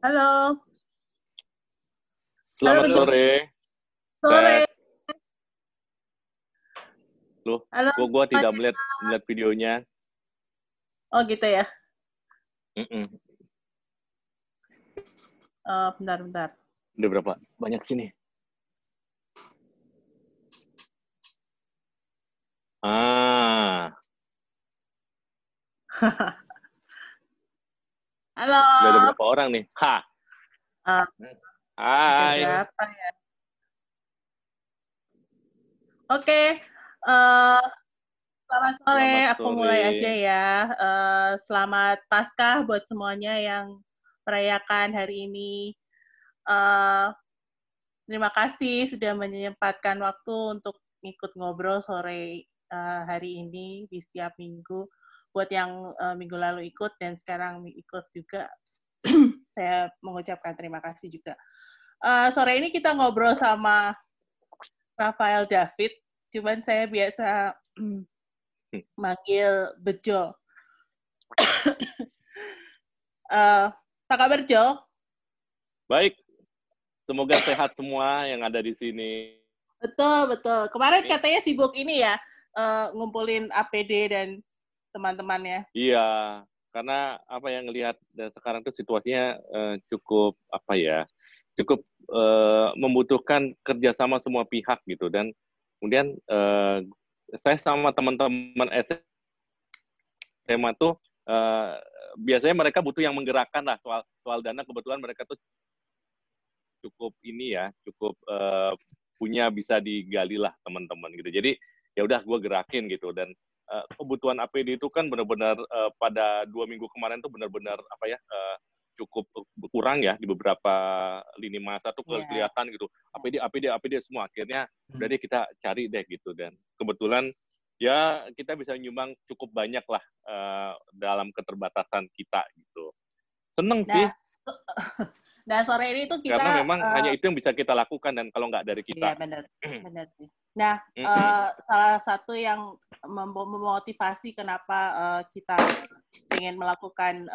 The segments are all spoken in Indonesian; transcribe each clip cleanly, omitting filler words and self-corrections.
Halo. Selamat Halo, sore, sore. Tes. Loh, Halo kok gua tidak semuanya. melihat videonya? Oh gitu ya. Mm-mm. Bentar. Udah berapa banyak sini? Halo. Udah ada berapa orang nih? Uh, ada Hai. berapa ya? Oke. eh, Selamat sore. Selamat Aku mulai aja sore. ya. Selamat Paskah buat semuanya yang merayakan hari ini. Eh, Terima kasih sudah menyempatkan waktu untuk ikut ngobrol sore hari ini di setiap minggu. Buat yang minggu lalu ikut dan sekarang ikut juga, saya mengucapkan terima kasih juga. Sore ini kita ngobrol sama Rafael David, cuman saya biasa manggil Bejo. Apa kabar, Jo? Baik. Semoga sehat semua yang ada di sini. Betul. Kemarin katanya sibuk ini ya, ngumpulin APD dan teman-temannya. Iya, karena apa yang ngelihat sekarang tuh situasinya cukup cukup membutuhkan kerjasama semua pihak gitu, dan kemudian saya sama teman-teman SMA tuh biasanya mereka butuh yang menggerakkan lah soal dana. Kebetulan mereka tuh cukup punya, bisa digali lah teman-teman gitu. Jadi ya udah gue gerakin gitu. Dan kebutuhan APD itu kan benar-benar pada 2 minggu kemarin tuh benar-benar cukup berkurang ya, di beberapa lini masa tuh kelihatan gitu, APD semua. Akhirnya udah deh kita cari deh gitu, dan kebetulan ya kita bisa nyumbang cukup banyak lah dalam keterbatasan kita gitu. Seneng sih, Nah, sore ini tuh karena kita memang hanya itu yang bisa kita lakukan, dan kalau nggak dari kita. iya benar sih. Nah, salah satu yang memotivasi kenapa kita ingin melakukan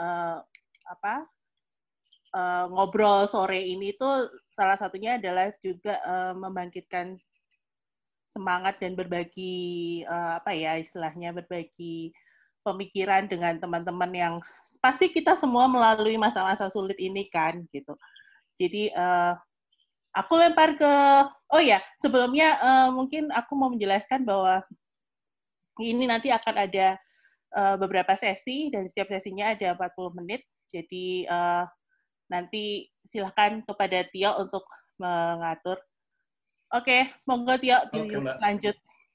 ngobrol sore ini tuh salah satunya adalah juga membangkitkan semangat dan berbagi istilahnya berbagi pemikiran dengan teman-teman yang pasti kita semua melalui masa-masa sulit ini kan gitu. Jadi aku lempar ke sebelumnya mungkin aku mau menjelaskan bahwa ini nanti akan ada beberapa sesi dan setiap sesinya ada 40 menit. Jadi nanti silakan kepada Tio untuk mengatur. Oke, monggo Tio dilanjut.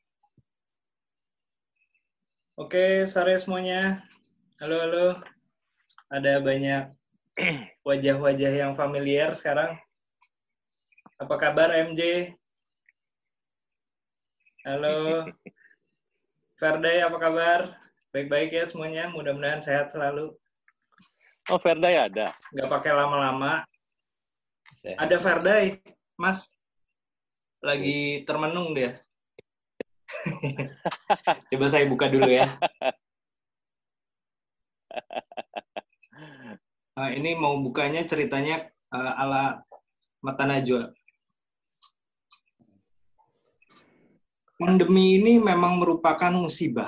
Oke, sore semuanya. Halo. Ada banyak wajah-wajah yang familiar sekarang. Apa kabar MJ? Halo. Ferday, apa kabar? Baik-baik ya semuanya, mudah-mudahan sehat selalu. Oh, Ferday ada? Nggak pakai lama-lama. Ada Ferday, Mas. Lagi termenung dia. Coba saya buka dulu ya. Nah, ini mau bukanya ceritanya ala Mata Najwa. Pandemi ini memang merupakan musibah.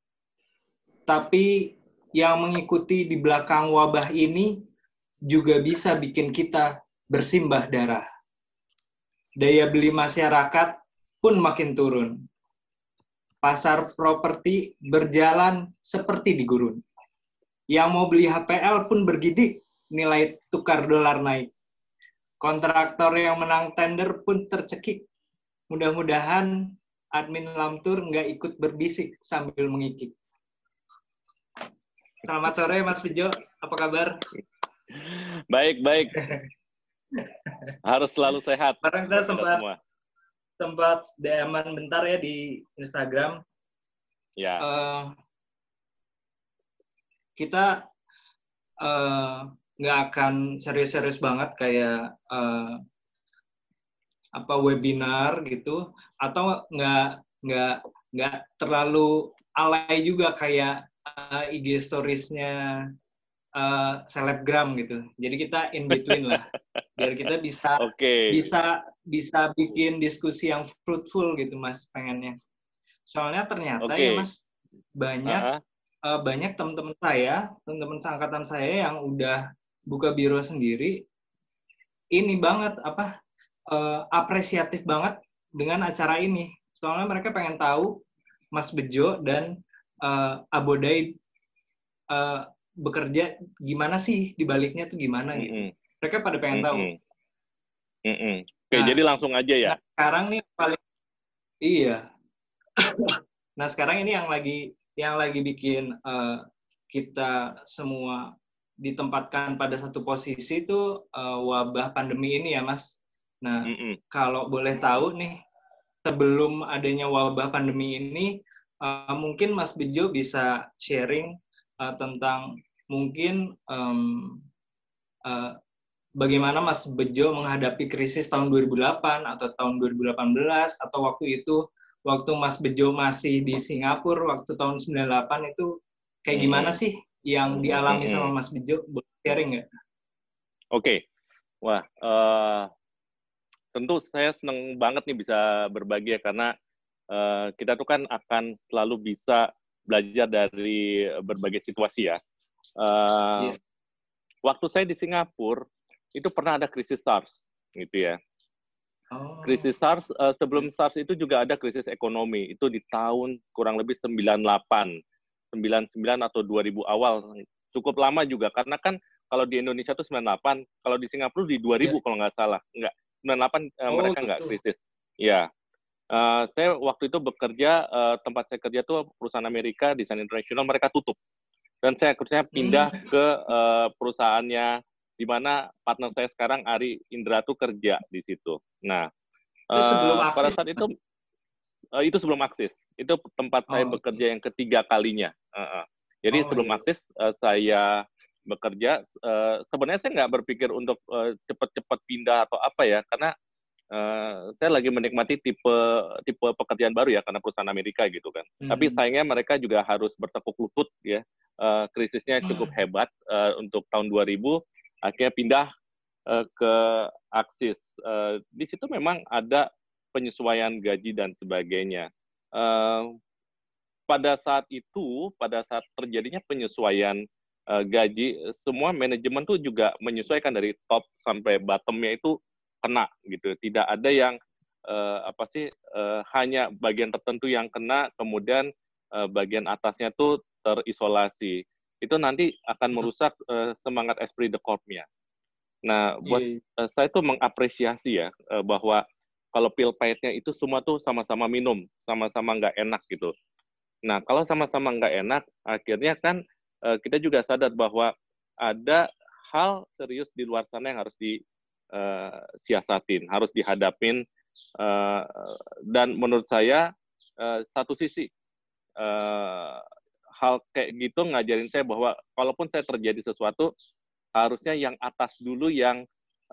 Tapi yang mengikuti di belakang wabah ini juga bisa bikin kita bersimbah darah. Daya beli masyarakat pun makin turun. Pasar properti berjalan seperti di gurun. Yang mau beli HPL pun bergidik, nilai tukar dolar naik. Kontraktor yang menang tender pun tercekik. Mudah-mudahan admin Lamtur nggak ikut berbisik sambil mengikik. Selamat sore Mas Bejo, apa kabar? Baik. Harus selalu sehat. Kemarin kita sempat DM-an bentar ya di Instagram. Ya. Kita nggak akan serius-serius banget kayak webinar gitu, atau nggak terlalu alay juga kayak IG stories-nya selebgram gitu. Jadi kita in between lah, biar kita bisa Oke. bisa bikin diskusi yang fruitful gitu Mas pengennya. Soalnya ternyata ya Oke. Mas banyak teman-teman seangkatan saya yang udah buka biro sendiri, ini banget apresiatif banget dengan acara ini. Soalnya mereka pengen tahu Mas Bejo dan Abodai bekerja gimana sih, di baliknya tuh gimana gitu. Mereka pada pengen tahu. Oke, jadi langsung aja ya. Nah, sekarang nih paling iya. Nah, sekarang ini yang lagi bikin kita semua ditempatkan pada satu posisi itu wabah pandemi ini ya, Mas. Nah, kalau boleh tahu nih, sebelum adanya wabah pandemi ini, mungkin Mas Bejo bisa sharing tentang mungkin bagaimana Mas Bejo menghadapi krisis tahun 2008 atau tahun 2018 atau waktu Mas Bejo masih di Singapura waktu tahun 98 itu kayak gimana sih yang dialami sama Mas Bejo? Boleh sharing nggak? Oke. Wah, tentu saya senang banget nih bisa berbagi ya, karena kita tuh kan akan selalu bisa belajar dari berbagai situasi ya. Waktu saya di Singapura, itu pernah ada krisis SARS, gitu ya. Krisis SARS, sebelum SARS itu juga ada krisis ekonomi, itu di tahun kurang lebih 98, 99 atau 2000 awal, cukup lama juga, karena kan kalau di Indonesia itu 98, kalau di Singapura di 2000 kalau nggak salah, nggak, 98 mereka nggak krisis. Ya, saya waktu itu bekerja, tempat saya kerja tuh perusahaan Amerika, desain internasional, mereka tutup. Dan saya akhirnya pindah ke perusahaannya, di mana partner saya sekarang, Ari Indra, tuh kerja di situ. Nah, pada saat itu sebelum Aksis. Itu tempat saya bekerja yang ketiga kalinya. Jadi sebelum Aksis, saya bekerja, sebenarnya saya nggak berpikir untuk cepat-cepat pindah atau apa ya, karena saya lagi menikmati tipe pekerjaan baru ya, karena perusahaan Amerika gitu kan. Tapi sayangnya mereka juga harus bertekuk lutut ya. Krisisnya cukup hebat untuk tahun 2000, akhirnya pindah ke Aksis. Di situ memang ada penyesuaian gaji dan sebagainya. Pada saat terjadinya penyesuaian gaji, semua manajemen tuh juga menyesuaikan dari top sampai bottom-nya itu kena gitu. Tidak ada yang hanya bagian tertentu yang kena, kemudian bagian atasnya tuh terisolasi. Itu nanti akan merusak semangat esprit de corps-nya. Nah, buat saya tuh mengapresiasi ya bahwa kalau pil pahitnya itu semua tuh sama-sama minum, sama-sama nggak enak gitu. Nah, kalau sama-sama nggak enak, akhirnya kan kita juga sadar bahwa ada hal serius di luar sana yang harus disiasatin, harus dihadapin, dan menurut saya satu sisi hal kayak gitu ngajarin saya bahwa kalaupun saya terjadi sesuatu, harusnya yang atas dulu yang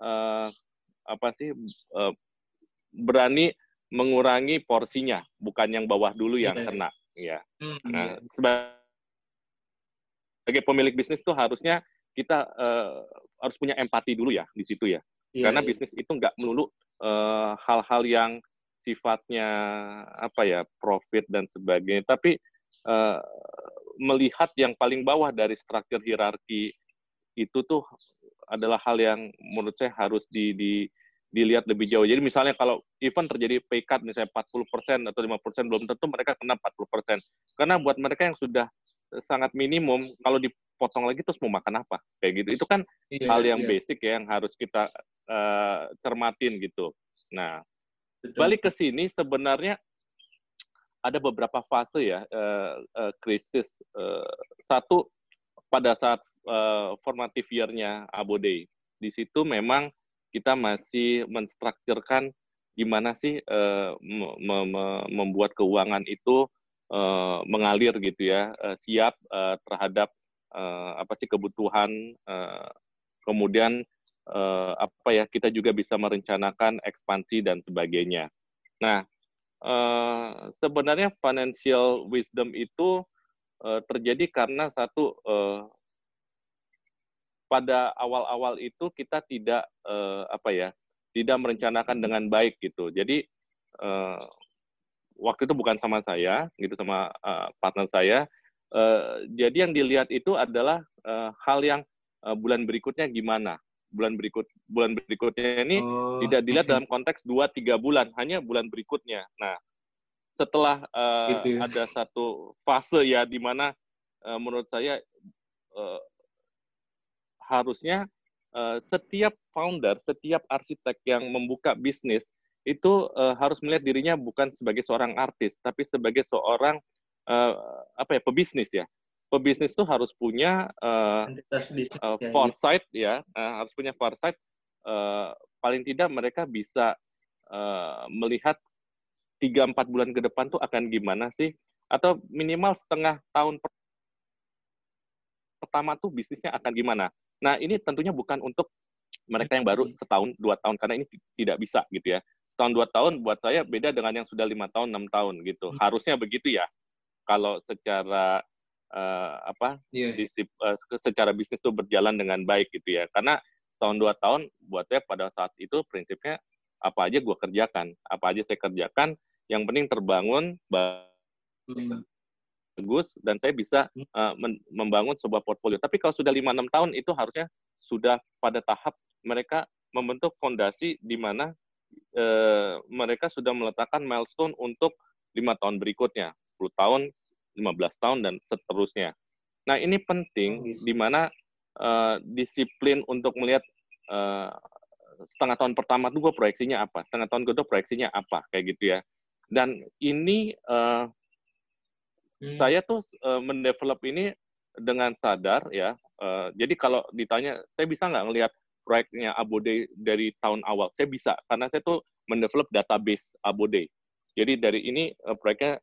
berani mengurangi porsinya, bukan yang bawah dulu yang kena. Ya. Nah, sebagai pemilik bisnis tuh harusnya kita harus punya empati dulu ya di situ ya. Karena bisnis itu nggak melulu hal-hal yang sifatnya profit dan sebagainya, tapi melihat yang paling bawah dari struktur hierarki itu tuh adalah hal yang menurut saya harus dilihat lebih jauh. Jadi misalnya kalau event terjadi pay cut misalnya 40% atau 5%, belum tentu mereka kena 40%. Karena buat mereka yang sudah sangat minimum, kalau dipotong lagi terus mau makan apa? Kayak gitu. Itu kan hal yang basic ya, yang harus kita cermatin gitu. Nah, balik ke sini sebenarnya ada beberapa fase ya krisis. Satu, pada saat formative year-nya Abodei. Di situ memang kita masih menstrukturkan gimana sih membuat keuangan itu mengalir gitu ya, siap terhadap kebutuhan, kemudian kita juga bisa merencanakan ekspansi dan sebagainya. Nah, sebenarnya financial wisdom itu terjadi karena satu, pada awal-awal itu kita tidak tidak merencanakan dengan baik gitu. Jadi waktu itu bukan sama saya, gitu, sama partner saya. Jadi yang dilihat itu adalah hal yang bulan berikutnya gimana. Bulan berikutnya ini tidak dilihat dalam konteks 2-3 bulan, hanya bulan berikutnya. Nah, setelah gitu ya. ada satu fase ya di mana menurut saya harusnya setiap founder, setiap arsitek yang membuka bisnis itu harus melihat dirinya bukan sebagai seorang artis, tapi sebagai seorang pebisnis ya. Pebisnis itu harus punya foresight ya, harus punya foresight. Paling tidak mereka bisa melihat 3-4 bulan ke depan tuh akan gimana sih, atau minimal setengah tahun pertama tuh bisnisnya akan gimana. Nah, ini tentunya bukan untuk mereka yang baru setahun, 2 tahun, karena ini tidak bisa gitu ya. Setahun, 2 tahun buat saya beda dengan yang sudah 5 tahun, 6 tahun gitu. Harusnya begitu ya. Kalau secara secara bisnis itu berjalan dengan baik gitu ya. Karena setahun, 2 tahun buat saya pada saat itu prinsipnya apa aja gue kerjakan, apa aja saya kerjakan, yang penting terbangun bagus dan saya bisa membangun sebuah portfolio. Tapi kalau sudah 5-6 tahun itu harusnya sudah pada tahap mereka membentuk fondasi di mana mereka sudah meletakkan milestone untuk 5 tahun berikutnya, 10 tahun, 15 tahun, dan seterusnya. Nah, ini penting di mana disiplin untuk melihat setengah tahun pertama itu gue proyeksinya apa, setengah tahun kedua proyeksinya apa, kayak gitu ya. Dan ini saya tuh mendevelop ini dengan sadar ya. Jadi kalau ditanya, saya bisa nggak ngelihat proyeknya Abode dari tahun awal? Saya bisa, karena saya tuh mendevelop database Abode. Jadi dari ini proyeknya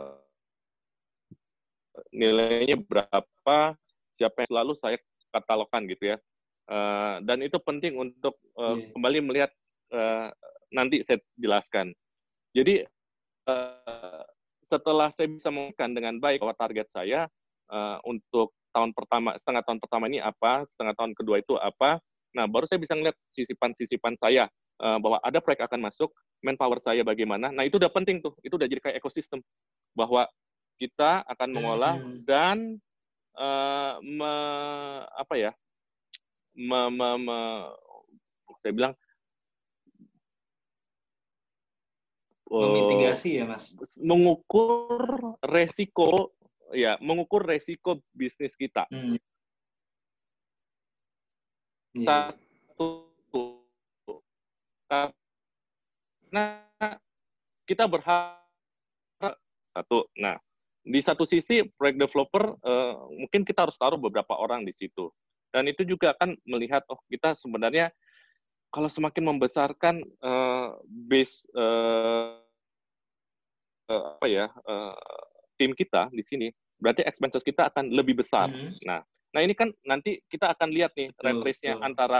nilainya berapa, siapa yang selalu saya katalogkan gitu ya. Dan itu penting untuk kembali melihat, nanti saya jelaskan. Jadi setelah saya bisa mengatakan dengan baik bahwa target saya untuk setengah tahun pertama ini apa, setengah tahun kedua itu apa, nah baru saya bisa melihat sisipan-sisipan saya, bahwa ada proyek akan masuk, manpower saya bagaimana, nah itu udah penting tuh, itu udah jadi kayak ekosistem, bahwa kita akan mengolah dan saya bilang memitigasi ya, Mas. mengukur resiko bisnis kita. Satu, karena kita berharap nah di satu sisi proyek developer mungkin kita harus taruh beberapa orang di situ, dan itu juga akan melihat kita sebenarnya kalau semakin membesarkan base tim kita di sini, berarti expenses kita akan lebih besar. Nah ini kan nanti kita akan lihat nih rat race-nya antara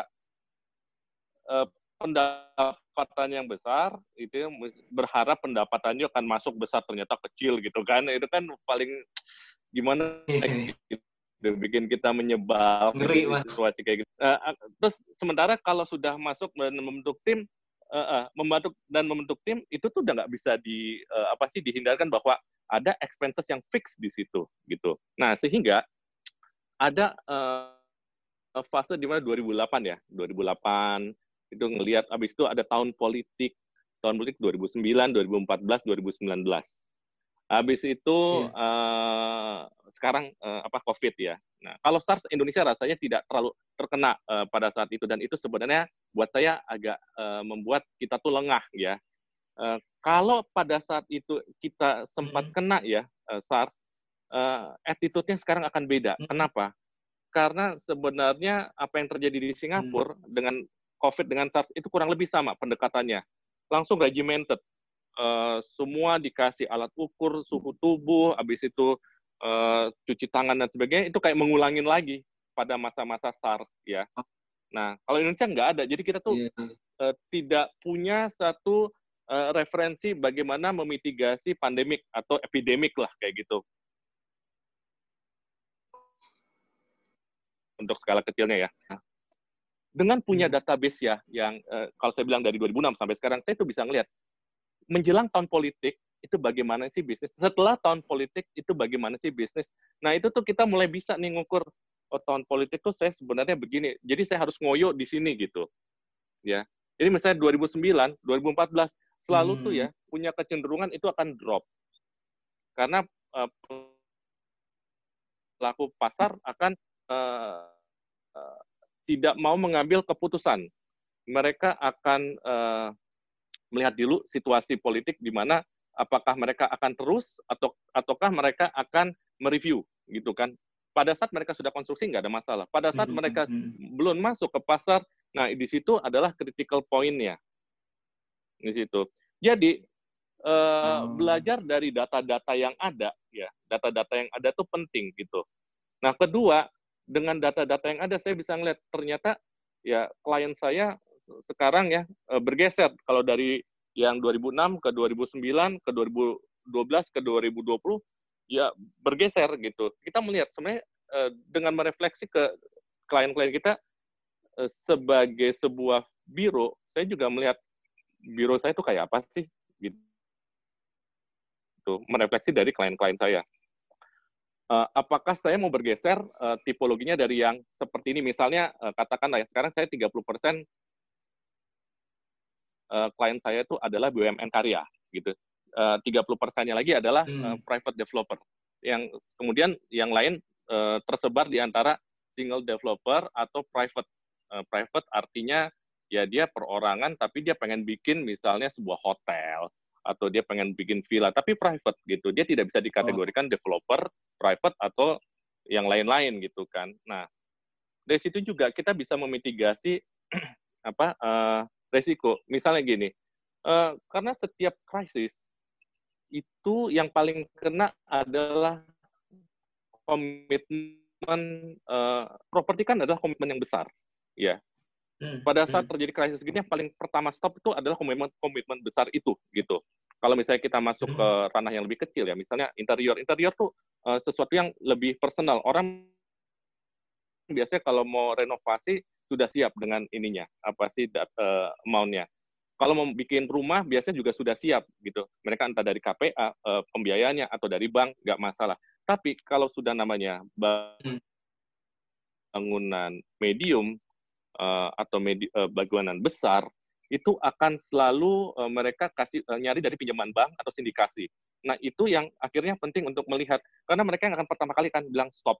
pendapatan yang besar itu berharap pendapatannya akan masuk besar, ternyata kecil gitu kan, itu kan paling gimana gitu, bikin kita menyebalkan situasi kayak gitu. Terus sementara kalau sudah masuk dan membentuk tim, membentuk tim itu tuh udah nggak bisa dihindarkan bahwa ada expenses yang fix di situ gitu. Nah sehingga ada fase di mana 2008 ya, 2008 itu ngelihat, abis itu ada tahun politik 2009, 2014, 2019. Habis itu sekarang COVID ya. Nah, kalau SARS Indonesia rasanya tidak terlalu terkena pada saat itu, dan itu sebenarnya buat saya agak membuat kita tuh lengah ya. Kalau pada saat itu kita sempat kena ya SARS, attitude-nya sekarang akan beda. Kenapa? Karena sebenarnya apa yang terjadi di Singapura dengan COVID, dengan SARS itu kurang lebih sama pendekatannya. Langsung regimented. Semua dikasih alat ukur suhu tubuh, habis itu cuci tangan dan sebagainya, itu kayak mengulangin lagi pada masa-masa SARS ya. Nah, kalau Indonesia nggak ada, jadi kita tuh tidak punya satu referensi bagaimana memitigasi pandemik atau epidemik lah kayak gitu. untuk skala kecilnya ya. Dengan punya database ya, yang kalau saya bilang dari 2006 sampai sekarang, saya tuh bisa ngelihat menjelang tahun politik itu bagaimana sih bisnis, setelah tahun politik itu bagaimana sih bisnis. Nah itu tuh kita mulai bisa nih ngukur, oh tahun politik tuh saya sebenarnya begini, jadi saya harus ngoyo di sini gitu, ya. Jadi misalnya 2009, 2014 selalu tuh ya punya kecenderungan itu akan drop karena pelaku pasar akan tidak mau mengambil keputusan. Mereka akan melihat dulu situasi politik di mana apakah mereka akan terus ataukah mereka akan mereview gitu kan. Pada saat mereka sudah konstruksi nggak ada masalah. Pada saat mereka belum masuk ke pasar, nah di situ adalah critical point-nya. Di situ. Jadi belajar dari data-data yang ada, ya data-data yang ada tuh penting gitu. Nah kedua, dengan data-data yang ada saya bisa ngeliat ternyata ya klien saya sekarang ya bergeser kalau dari yang 2006 ke 2009 ke 2012 ke 2020 ya bergeser gitu. Kita melihat sebenarnya dengan merefleksi ke klien-klien kita sebagai sebuah biro, saya juga melihat biro saya itu kayak apa sih gitu. Merefleksi dari klien-klien saya. Apakah saya mau bergeser tipologinya dari yang seperti ini, misalnya katakanlah ya sekarang saya 30% klien saya itu adalah BUMN karya gitu. 30%-nya lagi adalah private developer. Yang kemudian yang lain tersebar di antara single developer atau private. Private artinya ya dia perorangan tapi dia pengen bikin misalnya sebuah hotel atau dia pengen bikin villa tapi private gitu. Dia tidak bisa dikategorikan developer, private atau yang lain-lain gitu kan. Nah, dari situ juga kita bisa memitigasi resiko. Misalnya gini, karena setiap krisis itu yang paling kena adalah komitmen properti kan adalah komitmen yang besar, ya. Pada saat terjadi krisis gini, yang paling pertama stop itu adalah komitmen besar itu, gitu. Kalau misalnya kita masuk ke ranah yang lebih kecil ya, misalnya interior tuh sesuatu yang lebih personal. Orang biasanya kalau mau renovasi sudah siap dengan ininya, apa sih amount-nya. Kalau mau bikin rumah biasanya juga sudah siap gitu. Mereka entah dari KPA, pembiayaannya atau dari bank nggak masalah. Tapi kalau sudah namanya bangunan medium atau bangunan besar itu akan selalu mereka kasih nyari dari pinjaman bank atau sindikasi. Nah itu yang akhirnya penting untuk melihat karena mereka yang akan pertama kali kan bilang stop.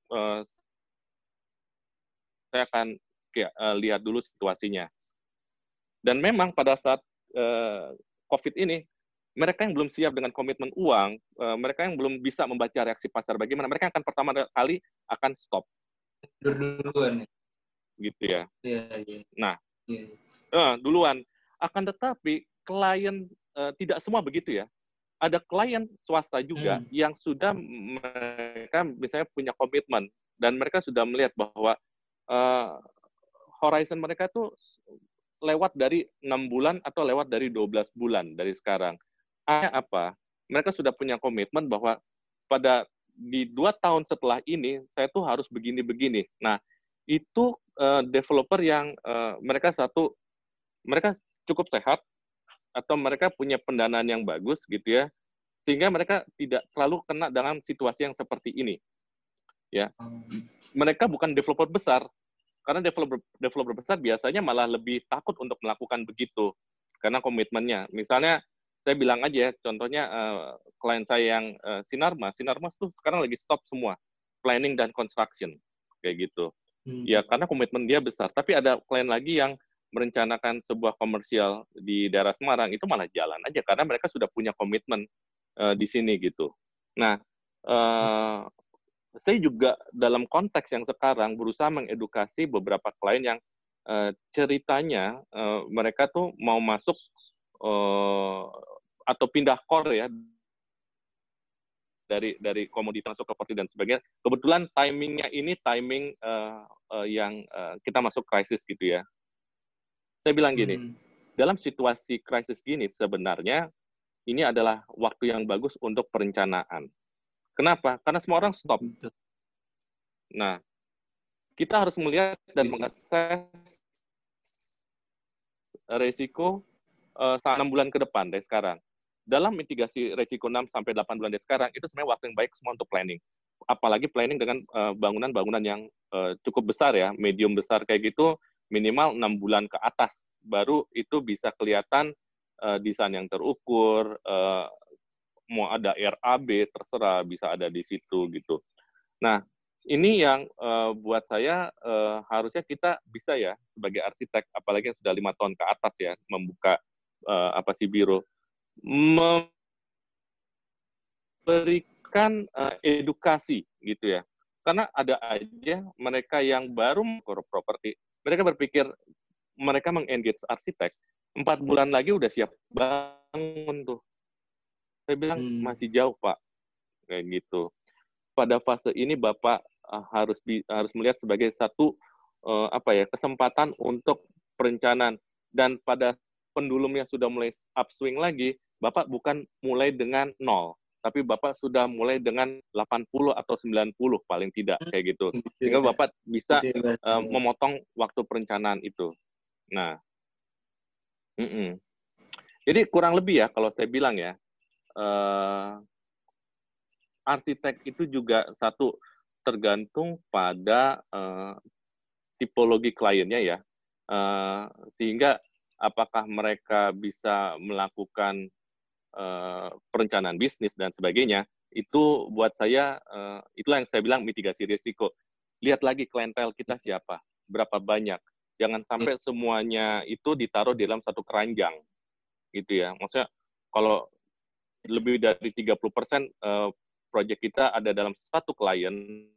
Saya akan lihat dulu situasinya. Dan memang pada saat COVID ini mereka yang belum siap dengan komitmen uang, mereka yang belum bisa membaca reaksi pasar bagaimana, mereka akan pertama kali akan stop. Duluan. Gitu ya. Iya. Nah, duluan. Akan tetapi klien tidak semua begitu ya. Ada klien swasta juga yang sudah mereka misalnya punya komitmen dan mereka sudah melihat bahwa horizon mereka tuh lewat dari 6 bulan atau lewat dari 12 bulan dari sekarang. Apa? Mereka sudah punya komitmen bahwa di 2 tahun setelah ini saya tuh harus begini-begini. Nah, itu developer yang mereka cukup sehat atau mereka punya pendanaan yang bagus gitu ya, sehingga mereka tidak terlalu kena dengan situasi yang seperti ini. Ya, mereka bukan developer besar karena developer besar biasanya malah lebih takut untuk melakukan begitu karena komitmennya. Misalnya saya bilang aja, contohnya klien saya yang Sinarmas tuh sekarang lagi stop semua planning dan construction kayak gitu. Ya karena komitmen dia besar. Tapi ada klien lagi yang merencanakan sebuah komersial di daerah Semarang itu malah jalan aja karena mereka sudah punya komitmen di sini gitu. Nah, saya juga dalam konteks yang sekarang berusaha mengedukasi beberapa klien yang ceritanya mereka tuh mau masuk atau pindah core ya dari komoditi masuk ke properti dan sebagainya. Kebetulan timingnya ini timing yang kita masuk krisis gitu ya. Saya bilang gini, dalam situasi krisis gini sebenarnya ini adalah waktu yang bagus untuk perencanaan. Kenapa? Karena semua orang stop. Nah, kita harus melihat dan mengakses resiko 6 bulan ke depan dari sekarang. Dalam mitigasi resiko 6 sampai 8 bulan dari sekarang, itu sebenarnya waktu yang baik semua untuk planning. Apalagi planning dengan bangunan-bangunan yang cukup besar ya, medium besar kayak gitu, minimal 6 bulan ke atas. Baru itu bisa kelihatan desain yang terukur, mau ada RAB, terserah, bisa ada di situ gitu. Nah, ini yang buat saya harusnya kita bisa ya, sebagai arsitek, apalagi yang sudah 5 tahun ke atas ya, membuka biro, memberikan edukasi gitu ya. Karena ada aja mereka yang baru mengurus properti, mereka berpikir mereka meng-engage arsitek, 4 bulan lagi udah siap bangun tuh. Saya bilang masih jauh Pak, kayak gitu. Pada fase ini Bapak harus melihat sebagai satu kesempatan untuk perencanaan, dan pada pendulumnya sudah mulai upswing lagi, Bapak bukan mulai dengan 0, tapi Bapak sudah mulai dengan 80 atau 90 paling tidak kayak gitu. Sehingga Bapak bisa memotong waktu perencanaan itu. Nah, jadi kurang lebih ya kalau saya bilang ya, arsitek itu juga satu tergantung pada tipologi kliennya ya, sehingga apakah mereka bisa melakukan perencanaan bisnis dan sebagainya, itu buat saya itulah yang saya bilang mitigasi risiko. Lihat lagi klientel kita siapa, berapa banyak. Jangan sampai semuanya itu ditaruh di dalam satu keranjang, gitu ya. Maksudnya kalau lebih dari 30% proyek kita ada dalam satu klien,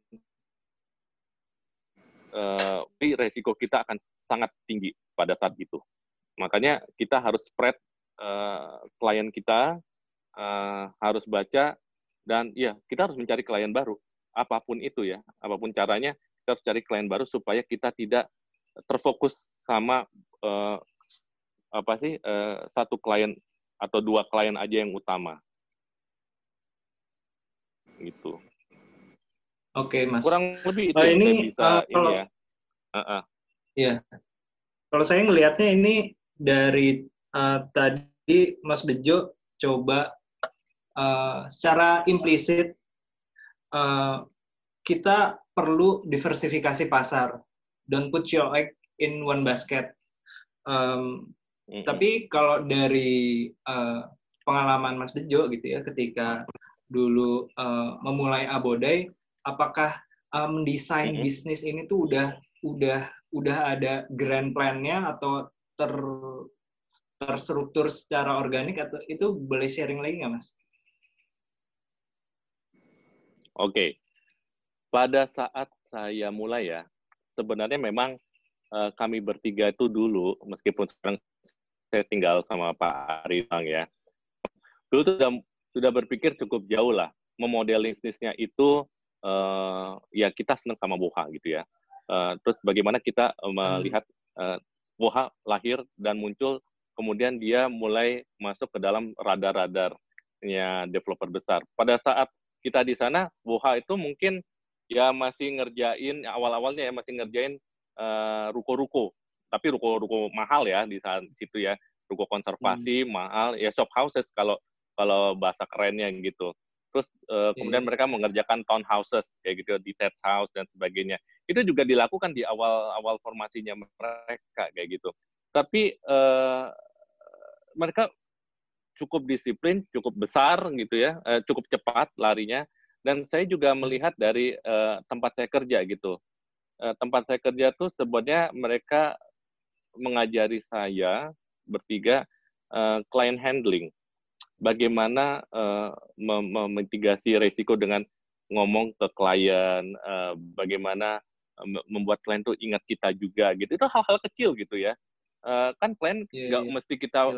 risiko kita akan sangat tinggi pada saat itu. Makanya kita harus spread klien kita, harus baca, dan ya kita harus mencari klien baru. Apapun itu ya, apapun caranya, kita harus cari klien baru supaya kita tidak terfokus sama satu klien atau 2 klien aja yang utama. Gitu. Oke, Mas. Kurang lebih itu yang saya bisa ini ya. Iya. Kalau saya ngelihatnya ini dari tadi Mas Bejo coba secara implisit kita perlu diversifikasi pasar. Don't put your egg in one basket. Tapi kalau dari pengalaman Mas Bejo gitu ya, ketika dulu memulai Abodai, apakah mendesain bisnis ini tuh udah ada grand plan-nya atau terstruktur secara organik, atau itu boleh sharing lagi nggak, Mas? Oke. Pada saat saya mulai ya, sebenarnya memang kami bertiga itu dulu, meskipun sekarang saya tinggal sama Pak Aritang ya, dulu tuh sudah berpikir cukup jauh lah, memodel bisnisnya itu ya kita senang sama Woha gitu ya. Terus bagaimana kita melihat Woha lahir dan muncul, kemudian dia mulai masuk ke dalam radar-radarnya developer besar. Pada saat kita di sana, Woha itu mungkin ya masih ngerjain, awal-awalnya ya masih ngerjain ruko-ruko, tapi ruko-ruko mahal ya di saat situ ya, ruko konservasi mahal, ya shop houses kalau bahasa kerennya gitu. Terus kemudian mereka mengerjakan townhouses kayak gitu, detached house dan sebagainya. Itu juga dilakukan di awal formasinya mereka kayak gitu. Tapi mereka cukup disiplin, cukup besar gitu ya, cukup cepat larinya. Dan saya juga melihat dari tempat saya kerja gitu. Tempat saya kerja tuh sebenarnya mereka mengajari saya bertiga client handling. Bagaimana memitigasi risiko dengan ngomong ke klien, bagaimana membuat klien tuh ingat kita juga gitu. Itu hal-hal kecil gitu ya. Kan klien nggak mesti kita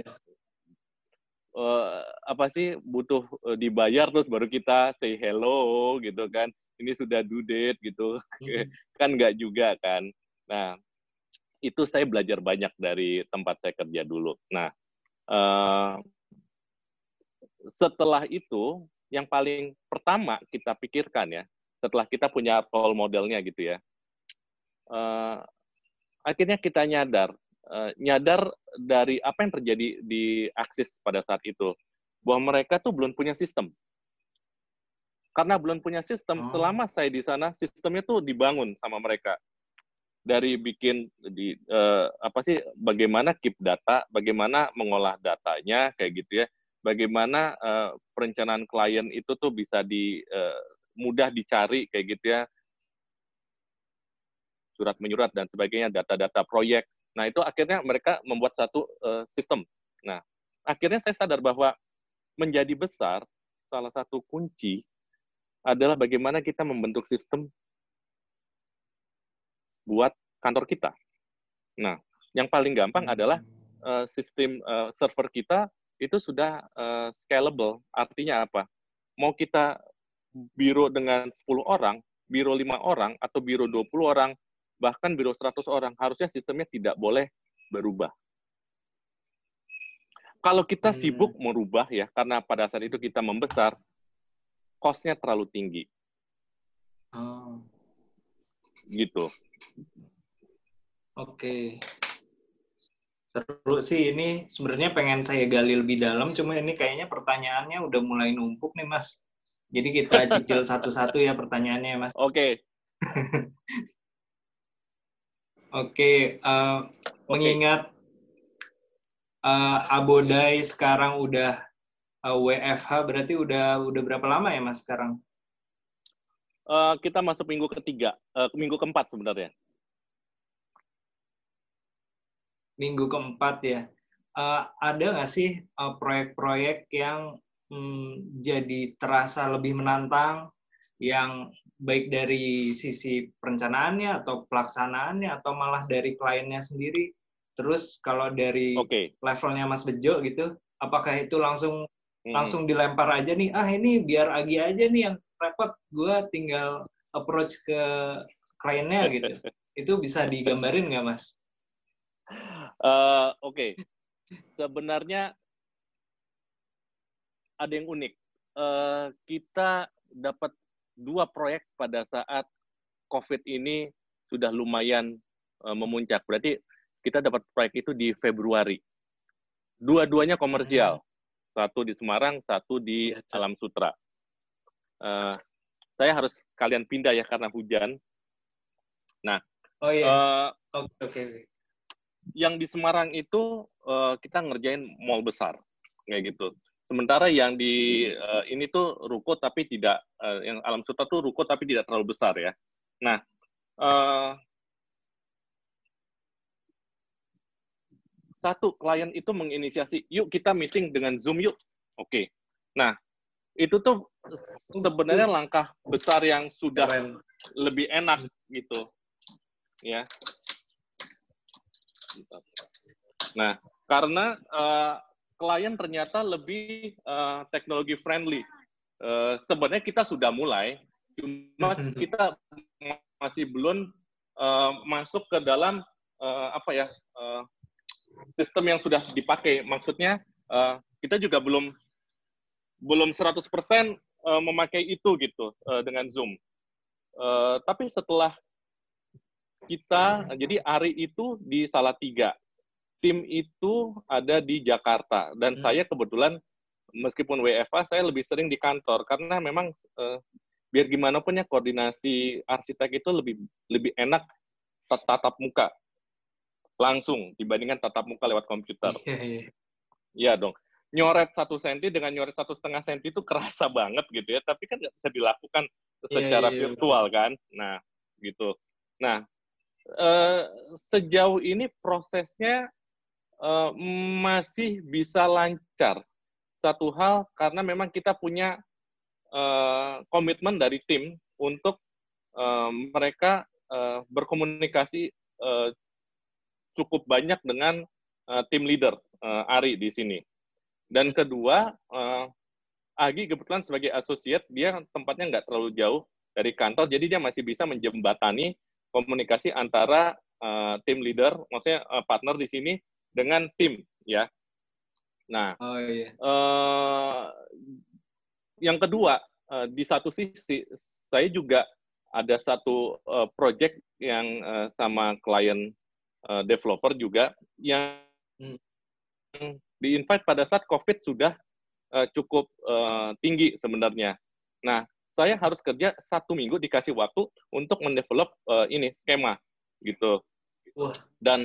butuh dibayar terus baru kita say hello gitu kan. Ini sudah due date gitu. Kan nggak juga kan. Nah, itu saya belajar banyak dari tempat saya kerja dulu. Nah, setelah itu, yang paling pertama kita pikirkan ya, setelah kita punya role modelnya gitu ya, akhirnya kita nyadar dari apa yang terjadi di Axis pada saat itu, bahwa mereka tuh belum punya sistem. Karena belum punya sistem, selama saya di sana, sistemnya tuh dibangun sama mereka. Dari bikin bagaimana keep data, bagaimana mengolah datanya, kayak gitu ya. Bagaimana perencanaan klien itu tuh bisa mudah dicari, kayak gitu ya. Surat menyurat dan sebagainya, data-data proyek. Nah, itu akhirnya mereka membuat satu sistem. Nah, akhirnya saya sadar bahwa menjadi besar, salah satu kunci adalah bagaimana kita membentuk sistem buat kantor kita. Nah, yang paling gampang adalah sistem server kita itu sudah scalable. Artinya apa? Mau kita biro dengan 10 orang, biro 5 orang, atau biro 20 orang, bahkan biro 100 orang, harusnya sistemnya tidak boleh berubah. Kalau kita sibuk merubah ya, karena pada saat itu kita membesar, cost-nya terlalu tinggi. Gitu. Oke. Seru sih ini. Sebenarnya pengen saya gali lebih dalam, cuma ini kayaknya pertanyaannya udah mulai numpuk nih, Mas. Jadi kita cicil satu-satu ya pertanyaannya, Mas. Oke. Oke. Mengingat Abodai sekarang udah WFH, berarti udah berapa lama ya, Mas, sekarang? Kita masuk minggu ketiga, minggu keempat sebenarnya. Minggu keempat ya. Ada nggak sih proyek-proyek yang jadi terasa lebih menantang, yang baik dari sisi perencanaannya atau pelaksanaannya atau malah dari kliennya sendiri? Terus kalau dari levelnya Mas Bejo gitu, apakah itu langsung dilempar aja nih, ini biar Agi aja nih yang repot, gue tinggal approach ke kliennya gitu. Itu bisa digambarin nggak, Mas? Oke. Sebenarnya ada yang unik. Kita dapat 2 proyek pada saat COVID ini sudah lumayan memuncak. Berarti kita dapat proyek itu di Februari. Dua-duanya komersial. Satu di Semarang, satu di Alam Sutra. Saya harus kalian pindah ya karena hujan. Nah, yang di Semarang itu kita ngerjain mall besar, kayak gitu. Sementara yang di ini tuh ruko tapi tidak, yang Alam Sutra tuh ruko tapi tidak terlalu besar ya. Nah, satu klien itu menginisiasi, yuk kita meeting dengan Zoom yuk. Oke. Nah, itu tuh sebenarnya langkah besar yang sudah lebih enak gitu, ya. Nah, karena klien ternyata lebih teknologi friendly. Sebenarnya kita sudah mulai, cuma kita masih belum masuk ke dalam sistem yang sudah dipakai. Maksudnya kita juga belum 100% memakai itu gitu dengan Zoom. Tapi setelah jadi Ari itu di Salatiga, tim itu ada di Jakarta, dan saya kebetulan meskipun WFH saya lebih sering di kantor karena memang biar gimana pun ya koordinasi arsitek itu lebih enak tatap muka langsung dibandingkan tatap muka lewat komputer. Iya dong. Nyoret 1 senti dengan nyoret 1,5 senti itu kerasa banget gitu ya, tapi kan nggak bisa dilakukan secara virtual kan. Nah, gitu. Nah, sejauh ini prosesnya masih bisa lancar. Satu hal karena memang kita punya komitmen dari tim untuk mereka berkomunikasi cukup banyak dengan tim leader Ari di sini. Dan kedua, Agi kebetulan sebagai associate, dia tempatnya nggak terlalu jauh dari kantor, jadi dia masih bisa menjembatani komunikasi antara tim leader, maksudnya partner di sini, dengan tim, ya. Nah, yang kedua, di satu sisi, saya juga ada satu project yang sama klien developer juga yang di-invite pada saat COVID sudah cukup tinggi sebenarnya. Nah, saya harus kerja 1 minggu dikasih waktu untuk mendevelop ini skema gitu. Dan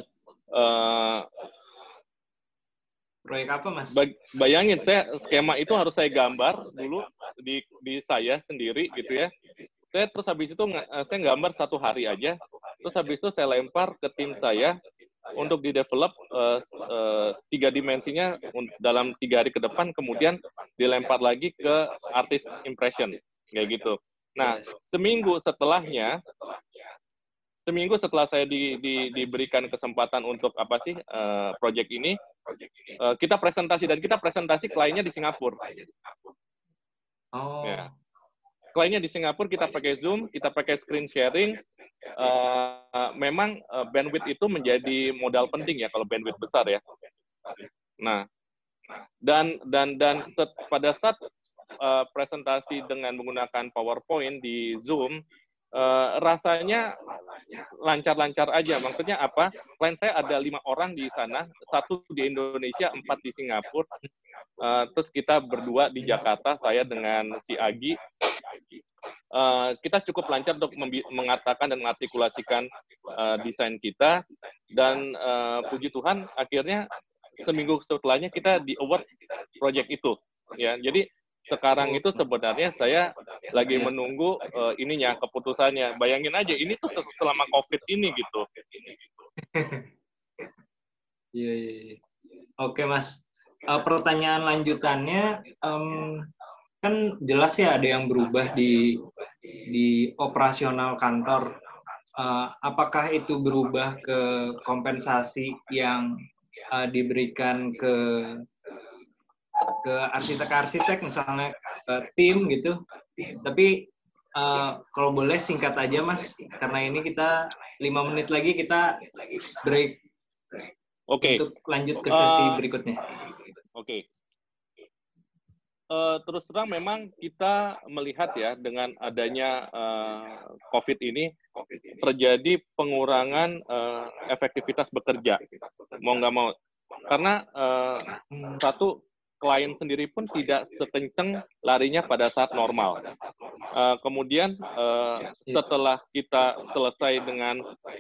proyek apa, Mas? Bayangin, skema itu harus saya gambar dulu di saya sendiri gitu ya. Saya terus habis itu saya gambar 1 hari aja. Terus habis itu saya lempar ke tim saya untuk di-develop 3 dimensinya dalam 3 hari ke depan, kemudian dilempar lagi ke artist impression, kayak gitu. Nah, seminggu setelah saya diberikan kesempatan untuk project ini, kita presentasi kliennya di Singapura. Oh. Ya. Kliennya di Singapura, kita pakai Zoom, kita pakai screen sharing. Memang bandwidth itu menjadi modal penting ya kalau bandwidth besar ya. Nah, dan pada saat presentasi dengan menggunakan PowerPoint di Zoom, rasanya lancar-lancar aja. Maksudnya apa? Klien saya ada 5 orang di sana, 1 di Indonesia, 4 di Singapura. Terus kita berdua di Jakarta, saya dengan si Agi. Kita cukup lancar untuk mengatakan dan mengartikulasikan desain kita, dan puji Tuhan akhirnya seminggu setelahnya kita di award project itu ya. Jadi sekarang itu sebenarnya saya lagi menunggu keputusannya. Bayangin aja, ini tuh selama COVID ini gitu. Iya. Oke, Mas. Pertanyaan lanjutannya, kan jelas ya ada yang berubah di operasional kantor. Apakah itu berubah ke kompensasi yang diberikan ke arsitek-arsitek, misalnya tim gitu? Tapi kalau boleh singkat aja, Mas, karena ini kita 5 menit lagi kita break. Oke. Untuk lanjut ke sesi berikutnya. Oke. Terus terang memang kita melihat ya, dengan adanya COVID ini terjadi pengurangan efektivitas bekerja, mau nggak mau. Karena satu, klien sendiri pun tidak sekencang larinya pada saat normal. Kemudian setelah kita selesai dengan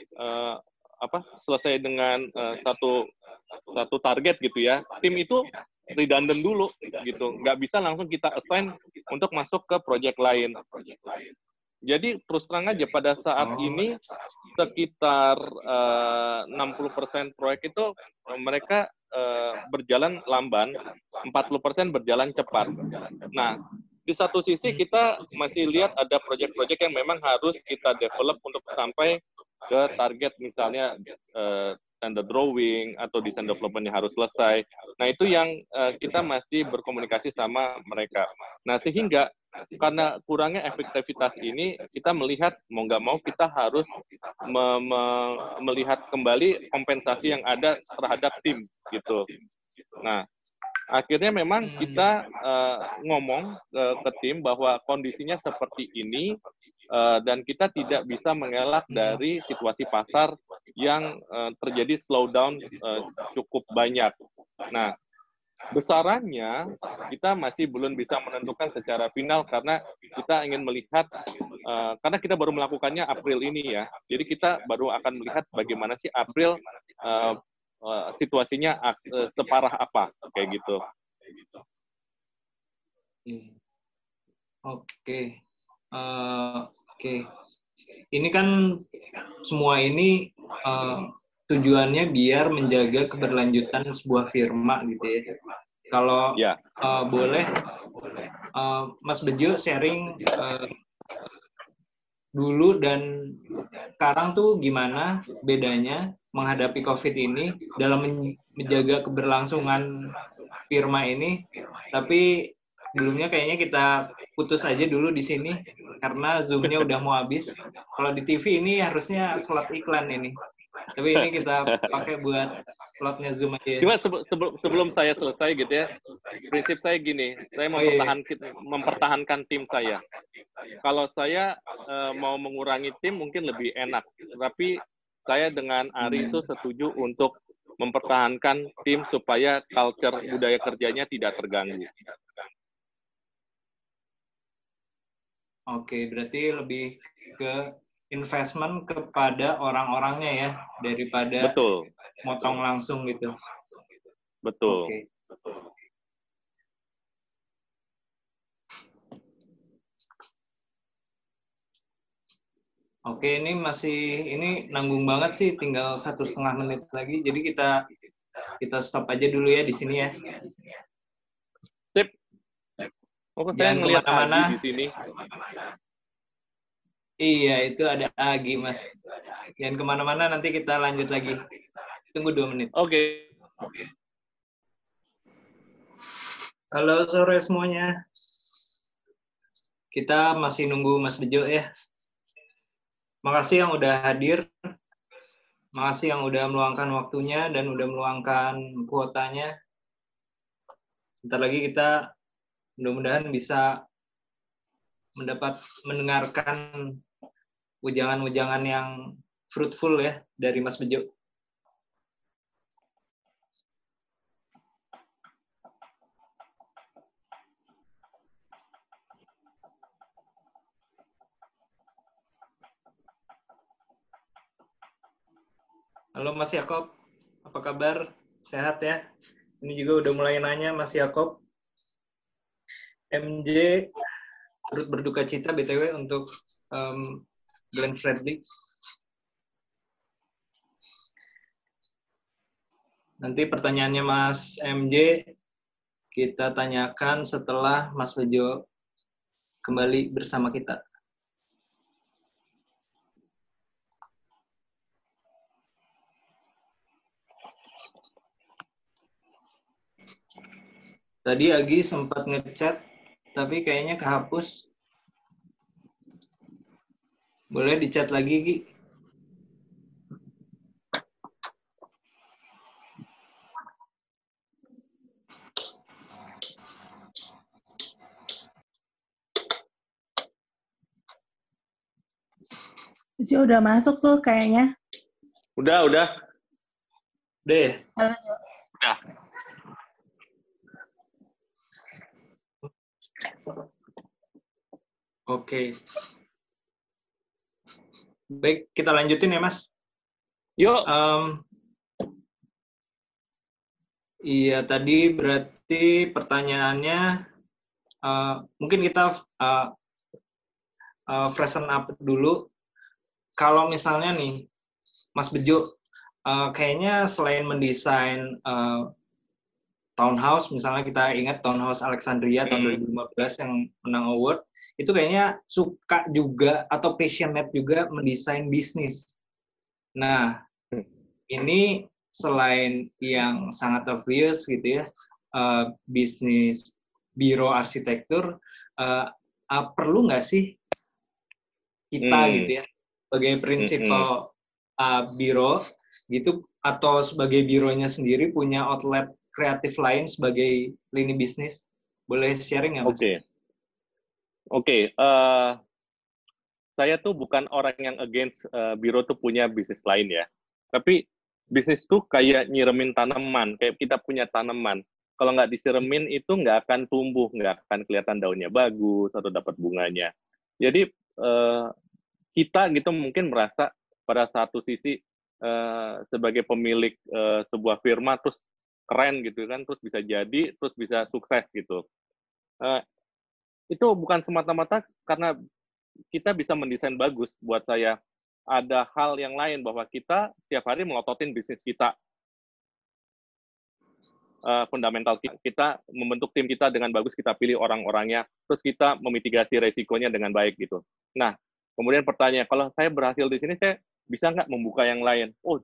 satu target gitu ya, tim itu redundant dulu gitu, nggak bisa langsung kita assign untuk masuk ke project lain. Jadi terus terang aja pada saat ini sekitar 60% proyek itu mereka berjalan lamban, 40% berjalan cepat. Nah, di satu sisi kita masih lihat ada proyek-proyek yang memang harus kita develop untuk sampai ke target, misalnya tender drawing atau design development yang harus selesai. Nah, itu yang kita masih berkomunikasi sama mereka. Nah, sehingga karena kurangnya efektivitas ini, kita melihat mau nggak mau kita harus melihat kembali kompensasi yang ada terhadap tim gitu. Nah, akhirnya memang kita ngomong ke tim bahwa kondisinya seperti ini, dan kita tidak bisa mengelak dari situasi pasar yang terjadi slowdown cukup banyak. Nah, besarannya kita masih belum bisa menentukan secara final karena kita ingin melihat, karena kita baru melakukannya April ini ya. Jadi kita baru akan melihat bagaimana sih April situasinya separah apa, kayak gitu. Oke. Ini kan semua ini tujuannya biar menjaga keberlanjutan sebuah firma gitu ya. Kalau boleh, Mas Bejo sharing dulu dan sekarang tuh gimana bedanya menghadapi COVID ini dalam menjaga keberlangsungan firma ini. Tapi sebelumnya kayaknya kita putus aja dulu di sini karena Zoom-nya udah mau habis. Kalau di TV ini harusnya slot iklan ini. Tapi ini kita pakai buat slotnya Zoom aja. Cuma sebelum saya selesai gitu ya, prinsip saya gini, saya mempertahankan tim saya. Kalau saya mau mengurangi tim mungkin lebih enak, tapi saya dengan Ari itu setuju untuk mempertahankan tim supaya culture budaya kerjanya tidak terganggu. Oke, berarti lebih ke investment kepada orang-orangnya ya, daripada Betul. motong langsung gitu. Betul. Oke. Oke, ini nanggung banget sih, tinggal 1,5 menit lagi. Jadi kita stop aja dulu ya di sini ya. Sip. Oh, saya ngelihat Agi di sini. Iya, itu ada Agi, Mas. Jangan kemana-mana, nanti kita lanjut lagi. Tunggu 2 menit. Oke. Halo sore semuanya. Kita masih nunggu Mas Bejo ya. Makasih yang udah hadir. Makasih yang udah meluangkan waktunya dan udah meluangkan kuotanya. Bentar lagi kita mudah-mudahan bisa mendengarkan ujangan-ujangan yang fruitful ya dari Mas Bejo. Halo Mas Yakob, apa kabar? Sehat ya? Ini juga udah mulai nanya Mas Yakob. MJ turut berduka cita BTW untuk Glenn Fredly. Nanti pertanyaannya Mas MJ kita tanyakan setelah Mas Bejo kembali bersama kita. Tadi Agi sempat ngechat, tapi kayaknya kehapus. Boleh dicat lagi, Gi? Jo udah masuk tuh kayaknya. Udah. Udah ya? Halo, Jo. Udah. Oke. Baik, kita lanjutin ya, Mas. Yuk. Iya, tadi berarti pertanyaannya mungkin kita freshen up dulu. Kalau misalnya nih, Mas Bejo, kayaknya selain mendesain Townhouse, misalnya kita ingat Townhouse Alexandria tahun 2015 yang menang award, itu kayaknya suka juga atau passionate juga mendesain bisnis. Nah, ini selain yang sangat obvious gitu ya, bisnis biro arsitektur, perlu nggak sih kita gitu ya, sebagai prinsipal biro gitu, atau sebagai bironya sendiri punya outlet kreatif lain sebagai lini bisnis? Boleh sharing nggak, Mas? Oke. Saya tuh bukan orang yang against biro tuh punya bisnis lain ya. Tapi bisnis tuh kayak nyiremin tanaman, kayak kita punya tanaman. Kalau nggak disiremin itu nggak akan tumbuh, nggak akan kelihatan daunnya bagus atau dapat bunganya. Jadi kita gitu mungkin merasa pada satu sisi sebagai pemilik sebuah firma terus keren gitu kan, terus bisa jadi, terus bisa sukses gitu. Itu bukan semata-mata karena kita bisa mendesain bagus buat saya. Ada hal yang lain bahwa kita tiap hari melototin bisnis kita. Fundamental kita membentuk tim kita dengan bagus, kita pilih orang-orangnya, terus kita memitigasi resikonya dengan baik gitu. Nah, kemudian pertanyaan, kalau saya berhasil di sini, saya bisa nggak membuka yang lain? Oh,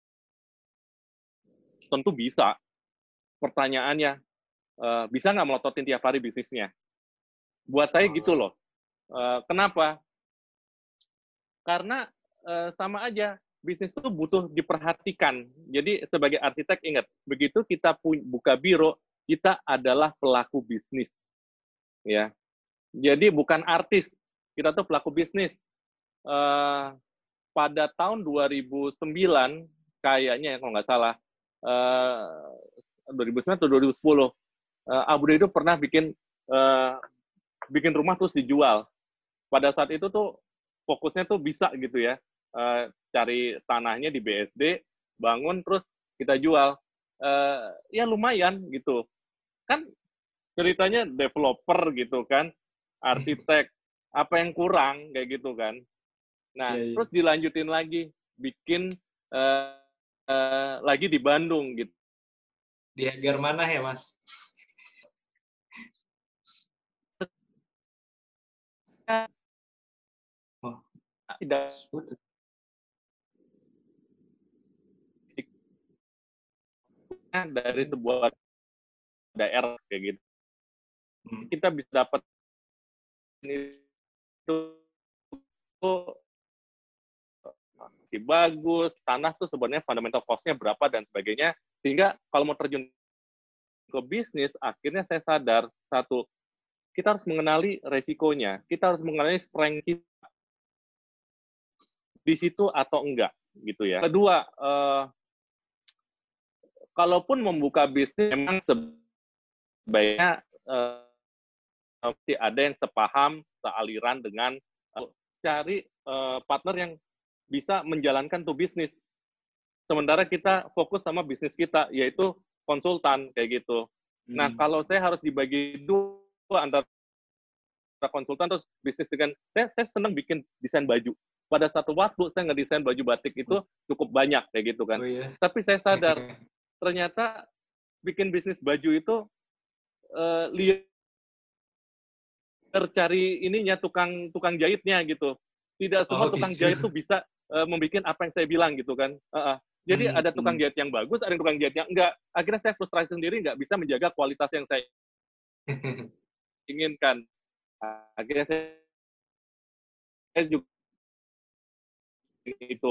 tentu bisa. Pertanyaannya, bisa nggak melototin tiap hari bisnisnya? Buat saya gitu loh. Kenapa? Karena sama aja, bisnis itu butuh diperhatikan. Jadi sebagai arsitek ingat, begitu kita buka biro, kita adalah pelaku bisnis, ya. Jadi bukan artis, kita tuh pelaku bisnis. Pada tahun 2009 kayaknya ya kalau nggak salah, 2009 atau 2010, Abu Dhabi itu pernah bikin rumah terus dijual. Pada saat itu tuh fokusnya tuh bisa gitu ya, cari tanahnya di BSD, bangun terus kita jual. Ya lumayan gitu. Kan ceritanya developer gitu kan, arsitek, apa yang kurang kayak gitu kan. Nah, terus dilanjutin lagi, bikin lagi di Bandung gitu. Di Hagar mana ya, Mas? Oh, tidak dari sebuah daerah kayak gitu. Kita bisa dapat itu masih bagus, tanah tuh sebenarnya fundamental cost-nya berapa dan sebagainya, sehingga kalau mau terjun ke bisnis, akhirnya saya sadar, satu, kita harus mengenali resikonya, kita harus mengenali strength kita di situ atau enggak, gitu ya. Kedua, kalaupun membuka bisnis, memang sebaiknya ada yang sepaham, sealiran dengan cari partner yang bisa menjalankan tuh bisnis. Sementara kita fokus sama bisnis kita, yaitu konsultan, kayak gitu. Nah, kalau saya harus dibagi dua antara konsultan terus bisnis dengan, saya senang bikin desain baju. Pada satu waktu, saya ngedesain baju batik itu cukup banyak, kayak gitu kan. Tapi saya sadar, ternyata bikin bisnis baju itu cari ininya, tukang jahitnya gitu. Tidak semua tukang jahit itu bisa membuat apa yang saya bilang gitu kan. Jadi ada tukang jahit yang bagus, ada tukang jahit yang enggak. Akhirnya saya frustrasi sendiri, nggak bisa menjaga kualitas yang saya inginkan. Akhirnya saya juga itu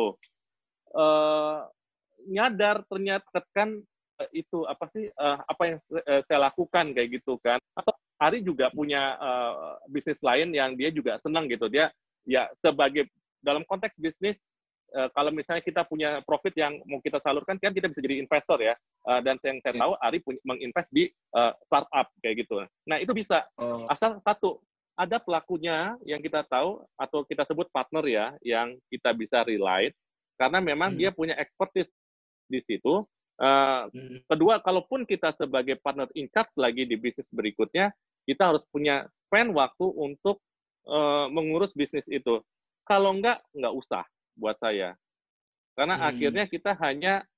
nyadar ternyata kan itu apa sih apa yang saya lakukan kayak gitu kan. Atau Ari juga punya bisnis lain yang dia juga senang gitu. Dia ya sebagai dalam konteks bisnis, kalau misalnya kita punya profit yang mau kita salurkan, kan kita bisa jadi investor ya. Dan yang saya tahu, Ari menginvest di startup kayak gitu. Nah, itu bisa. Asal satu, ada pelakunya yang kita tahu, atau kita sebut partner ya, yang kita bisa rely, karena memang dia punya expertise di situ. Kedua, kalaupun kita sebagai partner in charge lagi di bisnis berikutnya, kita harus punya spend waktu untuk mengurus bisnis itu. Kalau nggak usah buat saya. Karena akhirnya kita hanya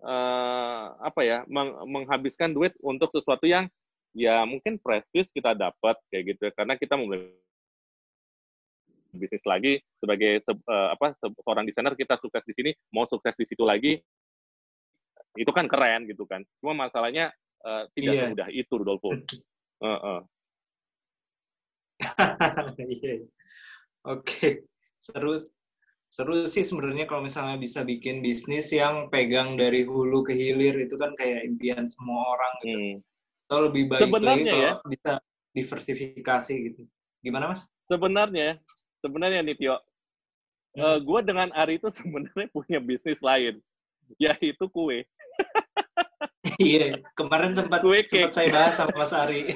menghabiskan duit untuk sesuatu yang ya mungkin prestis kita dapat kayak gitu. Karena kita mulai bisnis lagi sebagai seorang desainer, kita sukses di sini, mau sukses di situ lagi, itu kan keren gitu kan. Cuma masalahnya tidak semudah itu, Rudolfo. Oke, seru sih sebenarnya kalau misalnya bisa bikin bisnis yang pegang dari hulu ke hilir, itu kan kayak impian semua orang gitu. Atau lebih baik lagi kalau bisa diversifikasi gitu. Gimana, Mas? Sebenarnya Nityo, gue dengan Ari itu sebenarnya punya bisnis lain, yaitu kue. Iya, kemarin sempat saya bahas sama Mas Ari.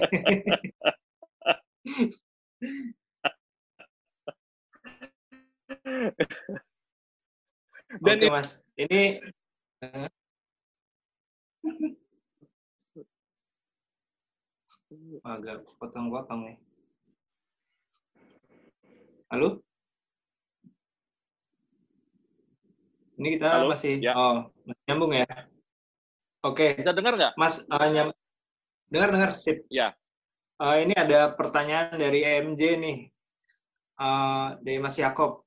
Dan oke, Mas, ini agak potong-potong nih. Halo? Ini kita halo? Masih ya. Masih nyambung ya? Oke. Bisa dengar nggak? Mas, dengar, sip. Ya. Ini ada pertanyaan dari EMJ nih. Dari Mas Yakob.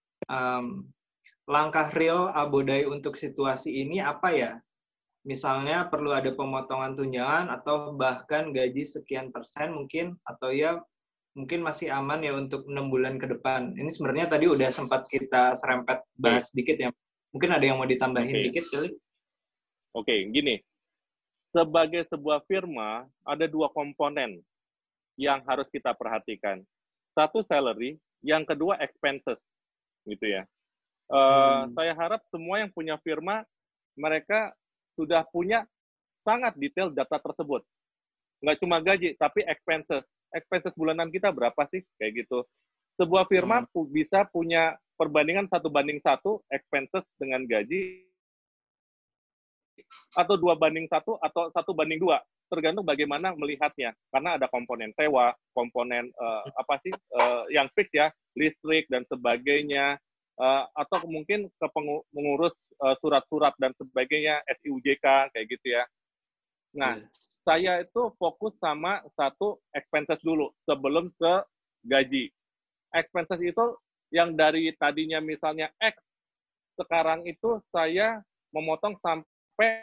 Langkah real Abu Dhabi untuk situasi ini apa ya? Misalnya perlu ada pemotongan tunjangan atau bahkan gaji sekian persen mungkin, atau ya mungkin masih aman ya untuk 6 bulan ke depan. Ini sebenarnya tadi udah sempat kita serempet bahas sedikit ya. Mungkin ada yang mau ditambahin Oke. dikit kali? Oke, gini. Sebagai sebuah firma, ada dua komponen yang harus kita perhatikan. Satu salary, yang kedua expenses, gitu ya. Saya harap semua yang punya firma, mereka sudah punya sangat detail data tersebut. Nggak cuma gaji, tapi expenses. Expenses bulanan kita berapa sih? Kayak gitu. Sebuah firma bisa punya perbandingan 1:1 expenses dengan gaji, atau 2:1 atau 1:2, tergantung bagaimana melihatnya. Karena ada komponen sewa, komponen yang fix ya, listrik dan sebagainya, atau mungkin ke mengurus surat-surat dan sebagainya, SIUJK kayak gitu ya. Nah, saya itu fokus sama satu expenses dulu sebelum ke gaji. Expenses itu yang dari tadinya misalnya X, sekarang itu saya memotong sampai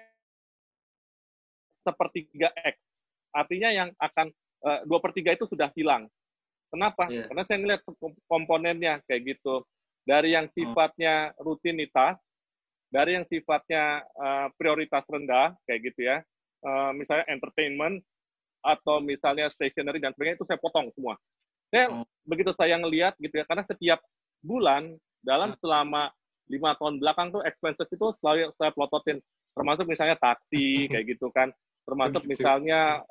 1/3 X. Artinya yang akan 2/3 itu sudah hilang. Kenapa? Karena saya ngelihat komponennya kayak gitu. Dari yang sifatnya rutinitas, dari yang sifatnya prioritas rendah, kayak gitu ya. Misalnya entertainment, atau misalnya stationery dan sebagainya, itu saya potong semua. Begitu saya ngelihat gitu ya, karena setiap bulan, selama 5 tahun belakang tuh expenses itu selalu saya plototin. Termasuk misalnya taksi, kayak gitu kan. Termasuk misalnya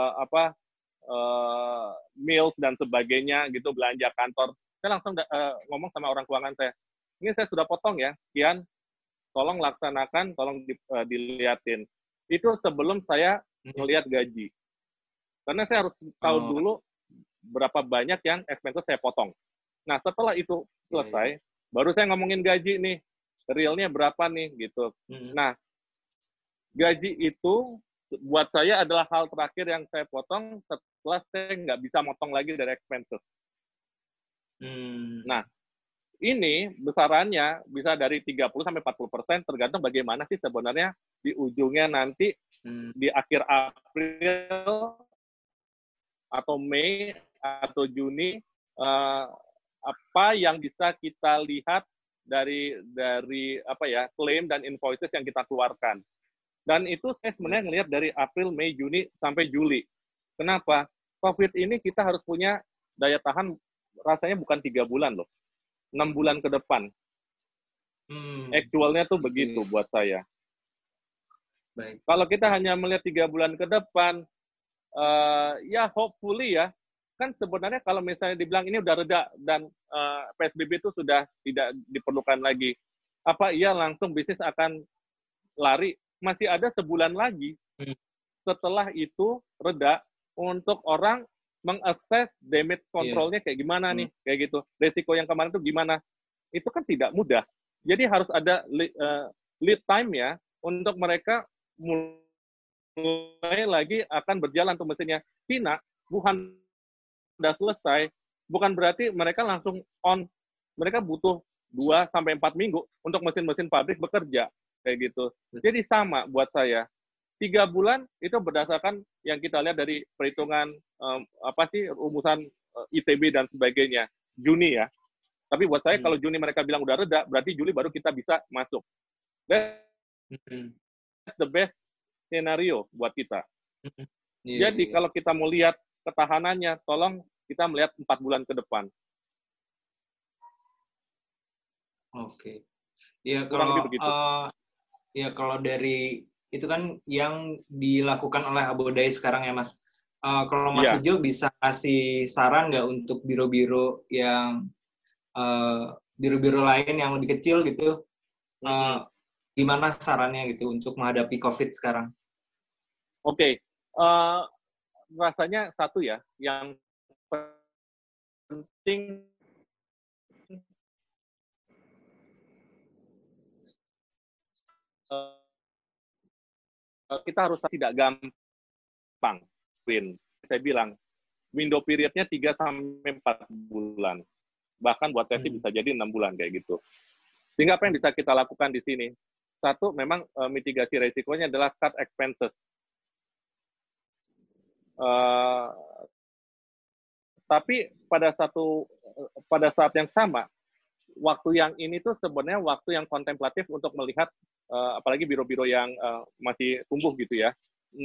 meals dan sebagainya gitu, belanja kantor. Saya langsung ngomong sama orang keuangan saya, ini saya sudah potong ya, sekian, tolong laksanakan, tolong dilihatin. Itu sebelum saya ngelihat gaji. Karena saya harus tahu dulu berapa banyak yang expenses saya potong. Nah, setelah itu selesai, baru saya ngomongin gaji nih, realnya berapa nih, gitu. Nah, gaji itu buat saya adalah hal terakhir yang saya potong setelah saya nggak bisa motong lagi dari expenses. Nah, ini besarannya bisa dari 30-40%, tergantung bagaimana sih sebenarnya di ujungnya nanti di akhir April atau Mei atau Juni, apa yang bisa kita lihat dari klaim dan invoices yang kita keluarkan. Dan itu saya sebenarnya ngelihat dari April, Mei, Juni sampai Juli. Kenapa? COVID ini kita harus punya daya tahan, rasanya bukan 3 bulan loh, 6 bulan ke depan. Actualnya tuh begitu buat saya. Baik. Kalau kita hanya melihat 3 bulan ke depan, ya hopefully ya, kan sebenarnya kalau misalnya dibilang ini udah reda dan PSBB itu sudah tidak diperlukan lagi, apa iya langsung bisnis akan lari? Masih ada sebulan lagi setelah itu reda untuk orang mengakses damage control-nya kayak gimana nih, kayak gitu. Resiko yang kemarin itu gimana? Itu kan tidak mudah. Jadi harus ada lead time ya untuk mereka mulai lagi akan berjalan tuh mesinnya. Cina, Wuhan udah selesai, bukan berarti mereka langsung on. Mereka butuh 2-4 minggu untuk mesin-mesin pabrik bekerja, kayak gitu. Jadi sama buat saya. 3 bulan itu berdasarkan yang kita lihat dari perhitungan rumusan ITB dan sebagainya. Juni ya. Tapi buat saya kalau Juni mereka bilang udah reda, berarti Juli baru kita bisa masuk. That's the best scenario buat kita. Jadi kalau kita mau lihat ketahanannya, tolong kita melihat 4 bulan ke depan. Oke. Ya Kurang kalau lebih begitu. kalau dari itu kan yang dilakukan oleh Abodai sekarang ya Mas. Kalau Mas Ujo bisa kasih saran nggak untuk biro-biro yang biro-biro lain yang lebih kecil gitu? Gimana sarannya gitu untuk menghadapi COVID sekarang? Oke. Rasanya satu ya, yang penting kita harus tidak gampang. Saya bilang, window period-nya 3-4 bulan. Bahkan buat saya bisa jadi 6 bulan kayak gitu. Sehingga apa yang bisa kita lakukan di sini? Satu, memang mitigasi resikonya adalah cut expenses. Tapi pada saat yang sama, waktu yang ini tuh sebenarnya waktu yang kontemplatif untuk melihat, apalagi biro-biro yang masih tumbuh gitu ya.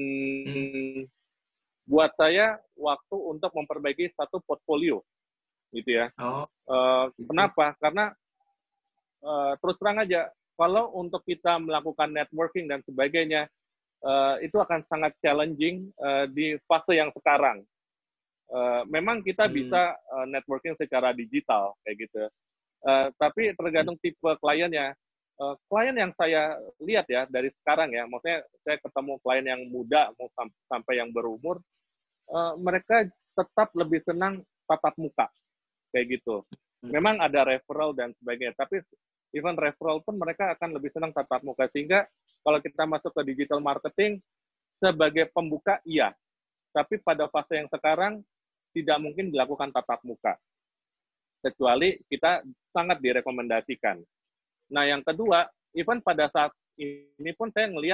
Buat saya waktu untuk memperbaiki satu portfolio gitu ya. Kenapa? Karena terus terang aja, kalau untuk kita melakukan networking dan sebagainya, itu akan sangat challenging di fase yang sekarang. Memang kita bisa networking secara digital kayak gitu, tapi tergantung tipe kliennya. Klien yang saya lihat ya dari sekarang ya, maksudnya saya ketemu klien yang muda mau sampai yang berumur, mereka tetap lebih senang tatap muka kayak gitu. Memang ada referral dan sebagainya, tapi even referral pun mereka akan lebih senang tatap muka. Sehingga kalau kita masuk ke digital marketing sebagai pembuka iya, tapi pada fase yang sekarang tidak mungkin dilakukan tatap muka, kecuali kita sangat direkomendasikan. Nah, yang kedua, even pada saat ini pun saya ngelihat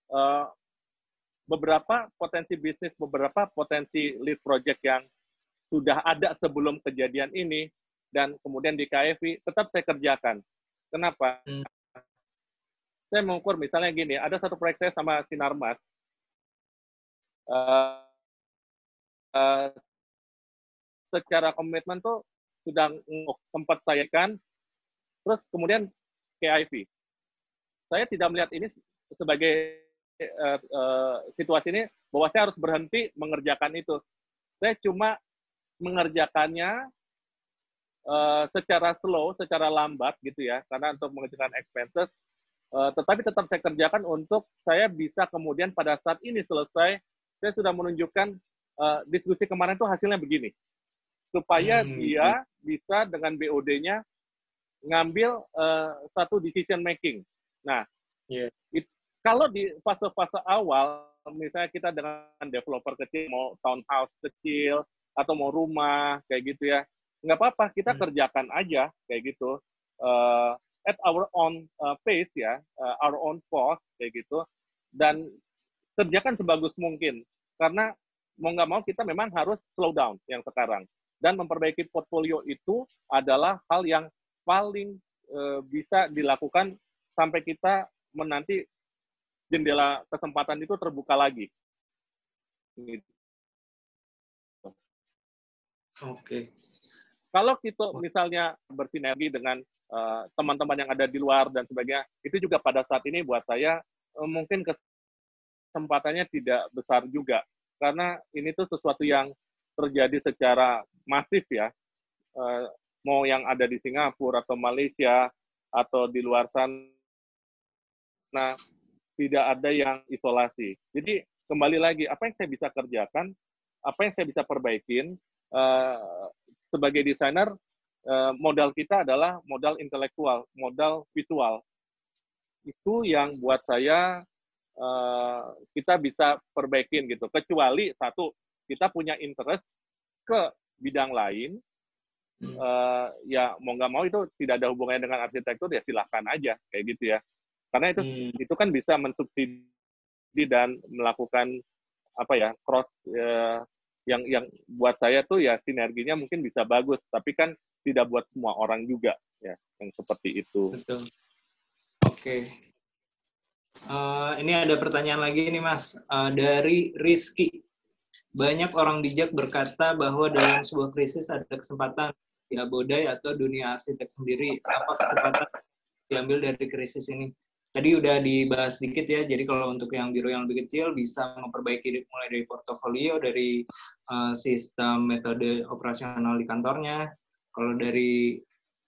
beberapa potensi bisnis, beberapa potensi lead project yang sudah ada sebelum kejadian ini, dan kemudian di KFI, tetap saya kerjakan. Kenapa? Saya mengukur misalnya gini, ada satu proyek saya sama Sinarmas, secara komitmen tuh sudah sempat saya kan, terus kemudian KIV. Saya tidak melihat ini sebagai situasi ini bahwa saya harus berhenti mengerjakan itu. Saya cuma mengerjakannya secara slow, secara lambat gitu ya, karena untuk mengerjakan expenses, tetapi tetap saya kerjakan untuk saya bisa kemudian pada saat ini selesai, saya sudah menunjukkan diskusi kemarin itu hasilnya begini. Supaya dia bisa dengan BOD-nya ngambil satu decision making. Nah, kalau di fase-fase awal, misalnya kita dengan developer kecil, mau townhouse kecil, atau mau rumah, kayak gitu ya, nggak apa-apa, kita kerjakan aja, kayak gitu. At our own pace ya, our own cost, kayak gitu. Dan kerjakan sebagus mungkin. Karena mau nggak mau kita memang harus slow down yang sekarang. Dan memperbaiki portfolio itu adalah hal yang paling bisa dilakukan sampai kita menanti jendela kesempatan itu terbuka lagi. Gitu. Oke. Kalau kita misalnya bersinergi dengan teman-teman yang ada di luar dan sebagainya, itu juga pada saat ini buat saya mungkin kesempatannya tidak besar juga. Karena ini tuh sesuatu yang terjadi secara masif ya. Mau yang ada di Singapura atau Malaysia atau di luar sana, tidak ada yang isolasi. Jadi kembali lagi, apa yang saya bisa kerjakan, apa yang saya bisa perbaikin, sebagai desainer, modal kita adalah modal intelektual, modal visual. Itu yang buat saya kita bisa perbaikin gitu. Kecuali satu, kita punya interest ke bidang lain, ya mau nggak mau itu tidak ada hubungannya dengan arsitektur, ya silahkan aja kayak gitu ya. Karena itu kan bisa mensubsidi dan melakukan apa ya cross yang buat saya tuh ya sinerginya mungkin bisa bagus, tapi kan tidak buat semua orang juga ya yang seperti itu. Betul. Oke. Ini ada pertanyaan lagi nih Mas, dari Rizky. Banyak orang bijak berkata bahwa dalam sebuah krisis ada kesempatan di Abodai atau dunia arsitek sendiri. Apa kesempatan diambil dari krisis ini? Tadi udah dibahas sedikit ya, jadi kalau untuk yang biro yang lebih kecil bisa memperbaiki mulai dari portofolio, dari sistem metode operasional di kantornya. Kalau dari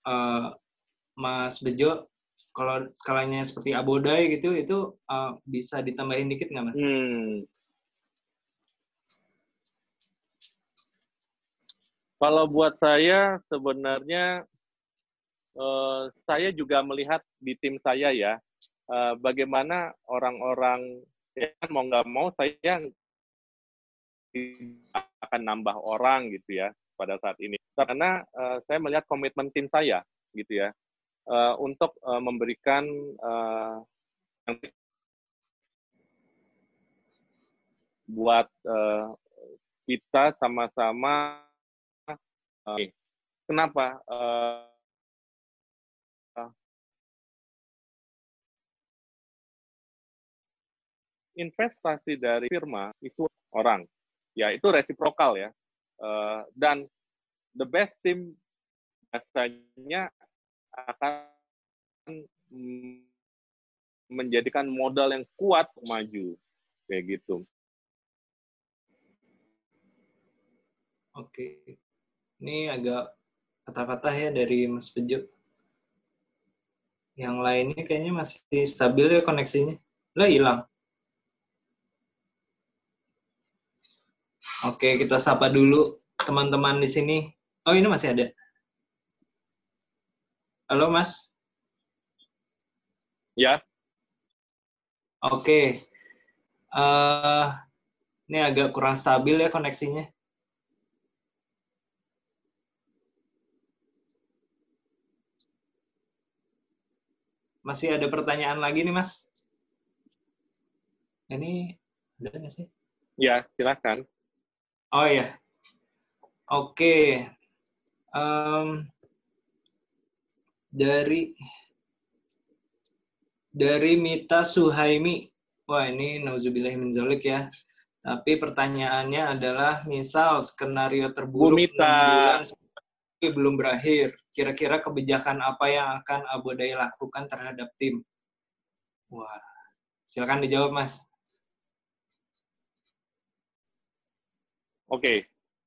Mas Bejo, kalau skalanya seperti Abodai gitu, itu bisa ditambahin dikit nggak Mas? Kalau buat saya sebenarnya saya juga melihat di tim saya ya, bagaimana orang-orang ya mau nggak mau saya akan nambah orang gitu ya pada saat ini. Karena saya melihat komitmen tim saya gitu ya, untuk memberikan buat kita sama-sama. Kenapa? investasi dari firma itu orang, ya itu resiprokal ya. Dan the best team biasanya akan menjadikan modal yang kuat untuk maju, kayak gitu. Oke, ini agak patah-patah ya dari Mas Bejo. Yang lainnya kayaknya masih stabil ya koneksinya. Lah hilang. Oke, kita sapa dulu teman-teman di sini. Oh, ini masih ada. Halo, Mas. Ya. Oke. Ini agak kurang stabil ya koneksinya. Masih ada pertanyaan lagi nih, Mas? Ini ada nggak sih? Ya, silakan. Oh ya. Oke. Dari Mita Suhaimi. Wah, ini nauzubillah min dzalik ya. Tapi pertanyaannya adalah, misal skenario terburuk 6 bulan belum berakhir, kira-kira kebijakan apa yang akan Abu Daya lakukan terhadap tim? Wah, silakan dijawab, Mas. Oke.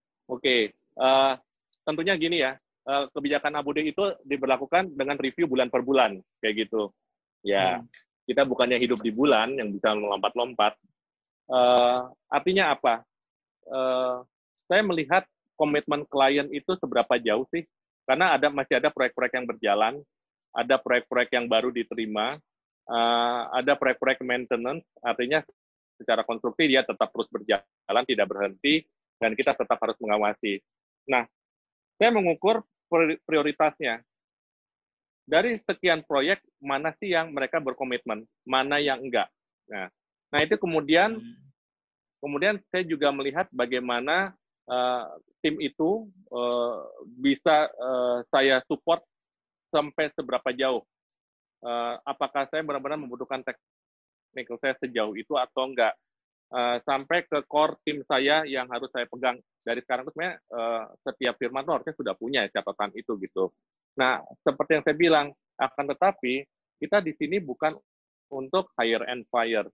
Tentunya gini ya, kebijakan Abu Dhabi itu diberlakukan dengan review bulan per bulan, kayak gitu. Ya, kita bukannya hidup di bulan yang bisa melompat-lompat. Artinya apa? Saya melihat komitmen klien itu seberapa jauh sih? Karena masih ada proyek-proyek yang berjalan, ada proyek-proyek yang baru diterima, ada proyek-proyek maintenance, artinya secara konstruksi dia tetap terus berjalan, tidak berhenti, dan kita tetap harus mengawasi. Nah, saya mengukur prioritasnya. Dari sekian proyek, mana sih yang mereka berkomitmen, mana yang enggak. Nah itu kemudian saya juga melihat bagaimana tim itu bisa saya support sampai seberapa jauh. Apakah saya benar-benar membutuhkan technical saya sejauh itu atau enggak. Sampai ke core tim saya yang harus saya pegang. Dari sekarang itu sebenarnya setiap firma itu harusnya sudah punya catatan itu gitu. Nah, seperti yang saya bilang, akan tetapi kita di sini bukan untuk hire and fire.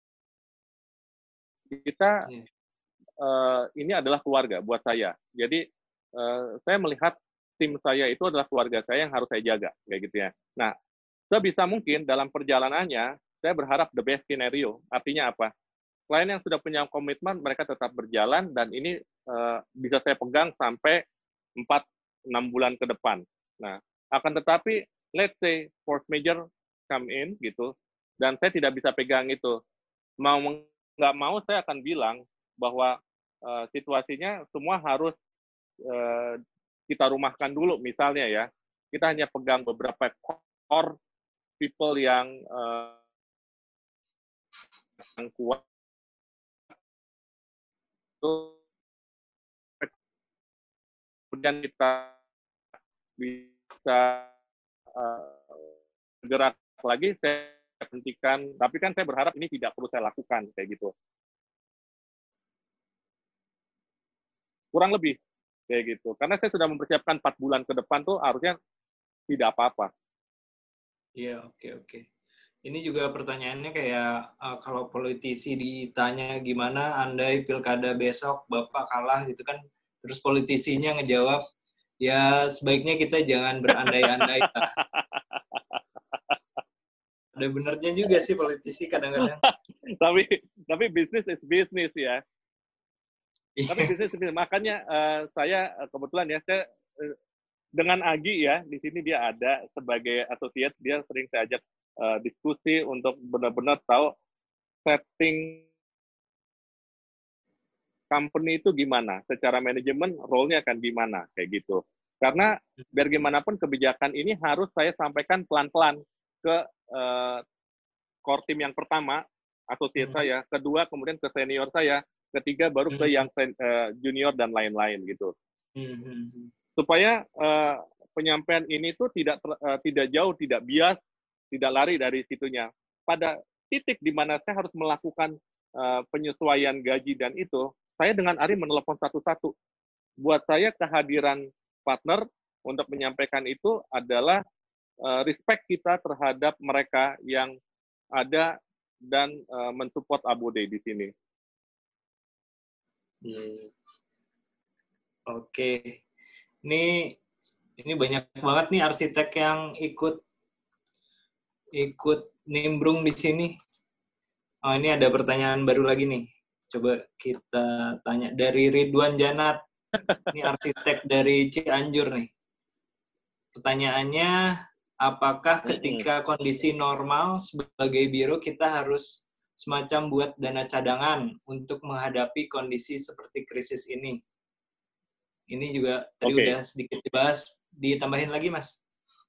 Kita ini adalah keluarga buat saya. Jadi saya melihat tim saya itu adalah keluarga saya yang harus saya jaga, kayak gitu ya. Nah, sebisa mungkin dalam perjalanannya saya berharap the best scenario. Artinya apa? Klien yang sudah punya komitmen, mereka tetap berjalan, dan ini bisa saya pegang sampai 4-6 bulan ke depan. Nah, akan tetapi, let's say, force major come in, gitu, dan saya tidak bisa pegang itu. Mau nggak mau, saya akan bilang bahwa situasinya semua harus kita rumahkan dulu, misalnya ya. Kita hanya pegang beberapa core people yang kuat, kemudian kita bisa bergerak lagi, saya hentikan. Tapi kan saya berharap ini tidak perlu saya lakukan, kayak gitu. Kurang lebih, kayak gitu. Karena saya sudah mempersiapkan 4 bulan ke depan tuh harusnya tidak apa-apa. Iya, oke. Ini juga pertanyaannya kayak kalau politisi ditanya gimana andai pilkada besok Bapak kalah gitu kan, terus politisinya ngejawab, ya sebaiknya kita jangan berandai-andai lah. Ada benernya juga sih politisi kadang-kadang. Tapi bisnis is bisnis ya. Tapi bisnis, makanya saya kebetulan ya, saya dengan Agi ya, di sini dia ada sebagai associate, dia sering saya ajak diskusi untuk benar-benar tahu setting company itu gimana, secara manajemen role-nya akan gimana, kayak gitu. Karena biar gimana pun kebijakan ini harus saya sampaikan pelan-pelan ke core team yang pertama, associate saya, kedua kemudian ke senior saya, ketiga baru ke yang junior dan lain-lain gitu. Supaya penyampaian ini tuh tidak jauh, tidak bias, tidak lari dari situnya. titik di mana saya harus melakukan penyesuaian gaji dan itu, saya dengan Ari menelepon satu-satu. Buat saya kehadiran partner untuk menyampaikan itu adalah respect kita terhadap mereka yang ada dan mensupport Abode di sini. Oke. Ini banyak banget nih arsitek yang ikut nimbrung di sini. Oh, ini ada pertanyaan baru lagi nih. Coba kita tanya dari Ridwan Janat. Ini arsitek dari Cianjur nih. Pertanyaannya, apakah ketika kondisi normal sebagai biro kita harus semacam buat dana cadangan untuk menghadapi kondisi seperti krisis ini? Ini juga tadi udah sedikit dibahas. Ditambahin lagi, Mas?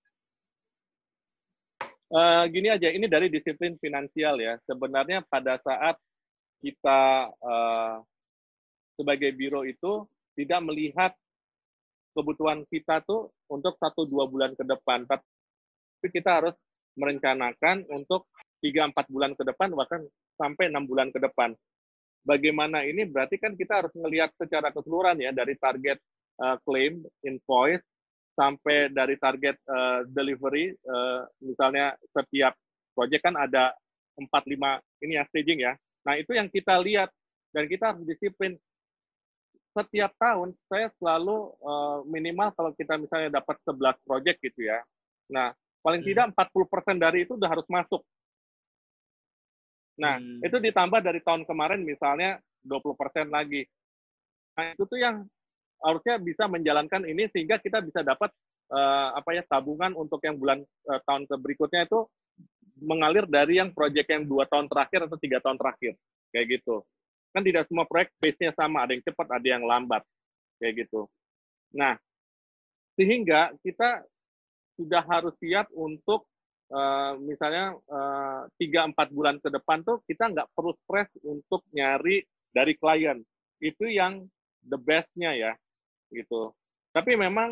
Gini aja, ini dari disiplin finansial ya. Sebenarnya pada saat kita sebagai biro itu tidak melihat kebutuhan kita tuh untuk 1-2 bulan ke depan, tapi kita harus merencanakan untuk 3-4 bulan ke depan, bahkan sampai 6 bulan ke depan. Bagaimana ini berarti kan kita harus melihat secara keseluruhan ya, dari target claim, invoice, sampai dari target delivery, misalnya setiap project kan ada 4-5 ini ya staging ya. Nah itu yang kita lihat dan kita harus disiplin. Setiap tahun saya selalu minimal kalau kita misalnya dapat 11 project gitu ya. Nah paling tidak 40% dari itu udah harus masuk. Nah itu ditambah dari tahun kemarin misalnya 20% lagi. Nah itu tuh yang harusnya bisa menjalankan ini sehingga kita bisa dapat tabungan untuk yang bulan tahun berikutnya itu mengalir dari yang proyek yang 2 tahun terakhir atau 3 tahun terakhir kayak gitu. Kan tidak semua proyek pace-nya sama, ada yang cepat, ada yang lambat kayak gitu. Nah, sehingga kita sudah harus siap untuk misalnya 3-4 bulan ke depan tuh kita nggak perlu stres untuk nyari dari klien. Itu yang the best-nya ya gitu. Tapi memang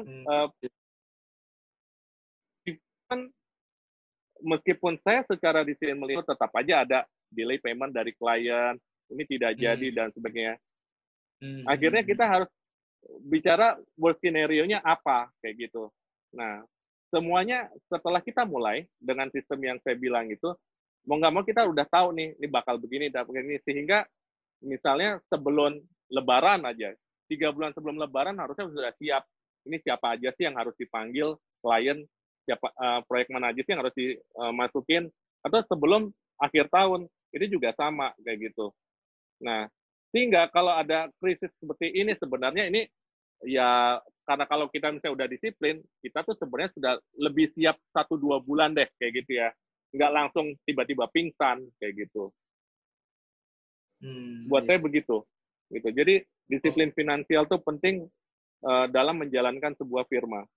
meskipun saya secara disiplin melihat tetap aja ada delay payment dari klien, ini tidak jadi dan sebagainya. Akhirnya kita harus bicara worst scenario-nya apa kayak gitu. Nah, semuanya setelah kita mulai dengan sistem yang saya bilang itu, mau nggak mau kita udah tahu nih, ini bakal begini, sehingga misalnya sebelum Lebaran aja, 3 bulan sebelum Lebaran harusnya sudah siap. Ini siapa aja sih yang harus dipanggil klien, siapa proyek mana aja sih yang harus dimasukin, atau sebelum akhir tahun, itu juga sama kayak gitu. Nah, sehingga kalau ada krisis seperti ini sebenarnya ini ya karena kalau kita misalnya udah disiplin, kita tuh sebenarnya sudah lebih siap 1-2 bulan deh kayak gitu ya. Nggak langsung tiba-tiba pingsan kayak gitu. Buat saya begitu. Gitu. Jadi disiplin finansial tuh penting dalam menjalankan sebuah firma.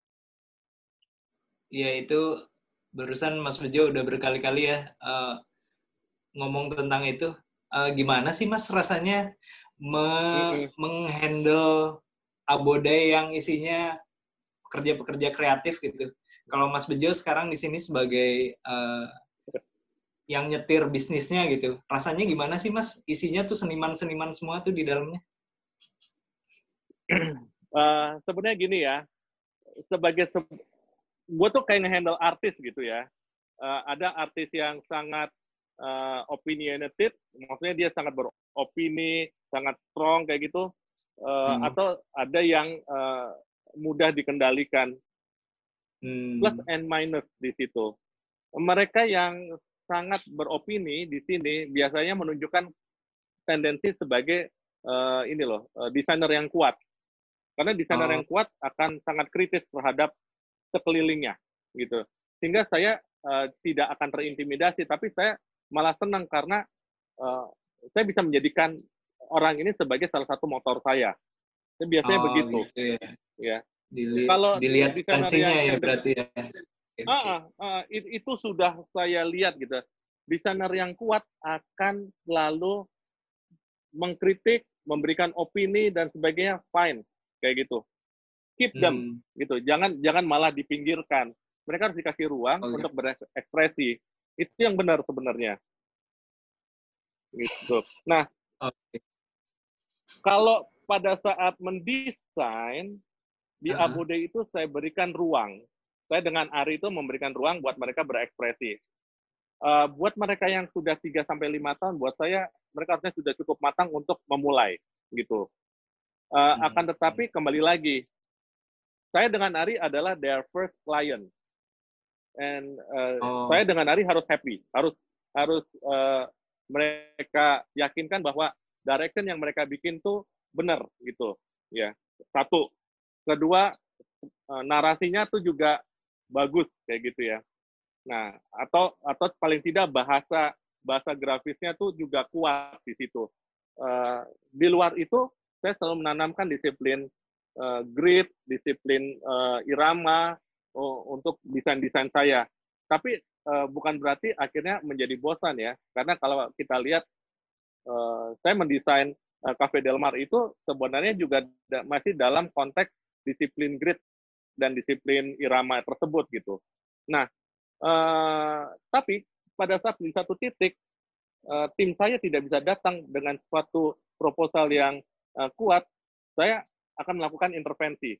Iya, itu barusan Mas Bejo udah berkali-kali ya ngomong tentang itu. Gimana sih Mas rasanya menghandle Abode yang isinya pekerja-pekerja kreatif gitu? Kalau Mas Bejo sekarang di sini sebagai yang nyetir bisnisnya gitu, rasanya gimana sih Mas? Isinya tuh seniman-seniman semua tuh di dalamnya. Sebenarnya gini ya, gue tuh kayak nge-handle artis gitu ya. Ada artis yang sangat opinionated, maksudnya dia sangat beropini, sangat strong kayak gitu, atau ada yang mudah dikendalikan, plus and minus di situ. Mereka yang sangat beropini di sini biasanya menunjukkan tendensi sebagai desainer yang kuat. Karena desainer yang kuat akan sangat kritis terhadap sekelilingnya, gitu. Sehingga saya tidak akan terintimidasi, tapi saya malah senang karena saya bisa menjadikan orang ini sebagai salah satu motor saya. Biasanya begitu. Gitu ya. Ya. Kalau dilihat tensinya ya berarti ya. Itu sudah saya lihat gitu. Desainer yang kuat akan selalu mengkritik, memberikan opini dan sebagainya, fine kayak gitu. Keep them gitu. Jangan malah dipinggirkan. Mereka harus dikasih ruang untuk berekspresi. Itu yang benar sebenarnya. gitu. Nah, Oke. kalau pada saat mendesain di Uh-uh. Abode itu saya berikan ruang. Saya dengan Ari itu memberikan ruang buat mereka berekspresi. Buat mereka yang sudah 3 sampai 5 tahun, buat saya mereka harusnya sudah cukup matang untuk memulai gitu. Akan tetapi kembali lagi, saya dengan Ari adalah their first client, and saya Oh, dengan Ari harus happy, harus mereka yakinkan bahwa direction yang mereka bikin tuh benar gitu, ya. Satu, kedua, narasinya tuh juga bagus kayak gitu ya. Nah, atau paling tidak bahasa grafisnya tuh juga kuat di situ. Di luar itu, saya selalu menanamkan disiplin grid, disiplin irama untuk desain-desain saya. Tapi bukan berarti akhirnya menjadi bosan ya, karena kalau kita lihat saya mendesain Cafe Del Mar itu sebenarnya juga masih dalam konteks disiplin grid dan disiplin irama tersebut gitu. Nah, tapi pada saat di satu titik tim saya tidak bisa datang dengan suatu proposal yang kuat, saya akan melakukan intervensi.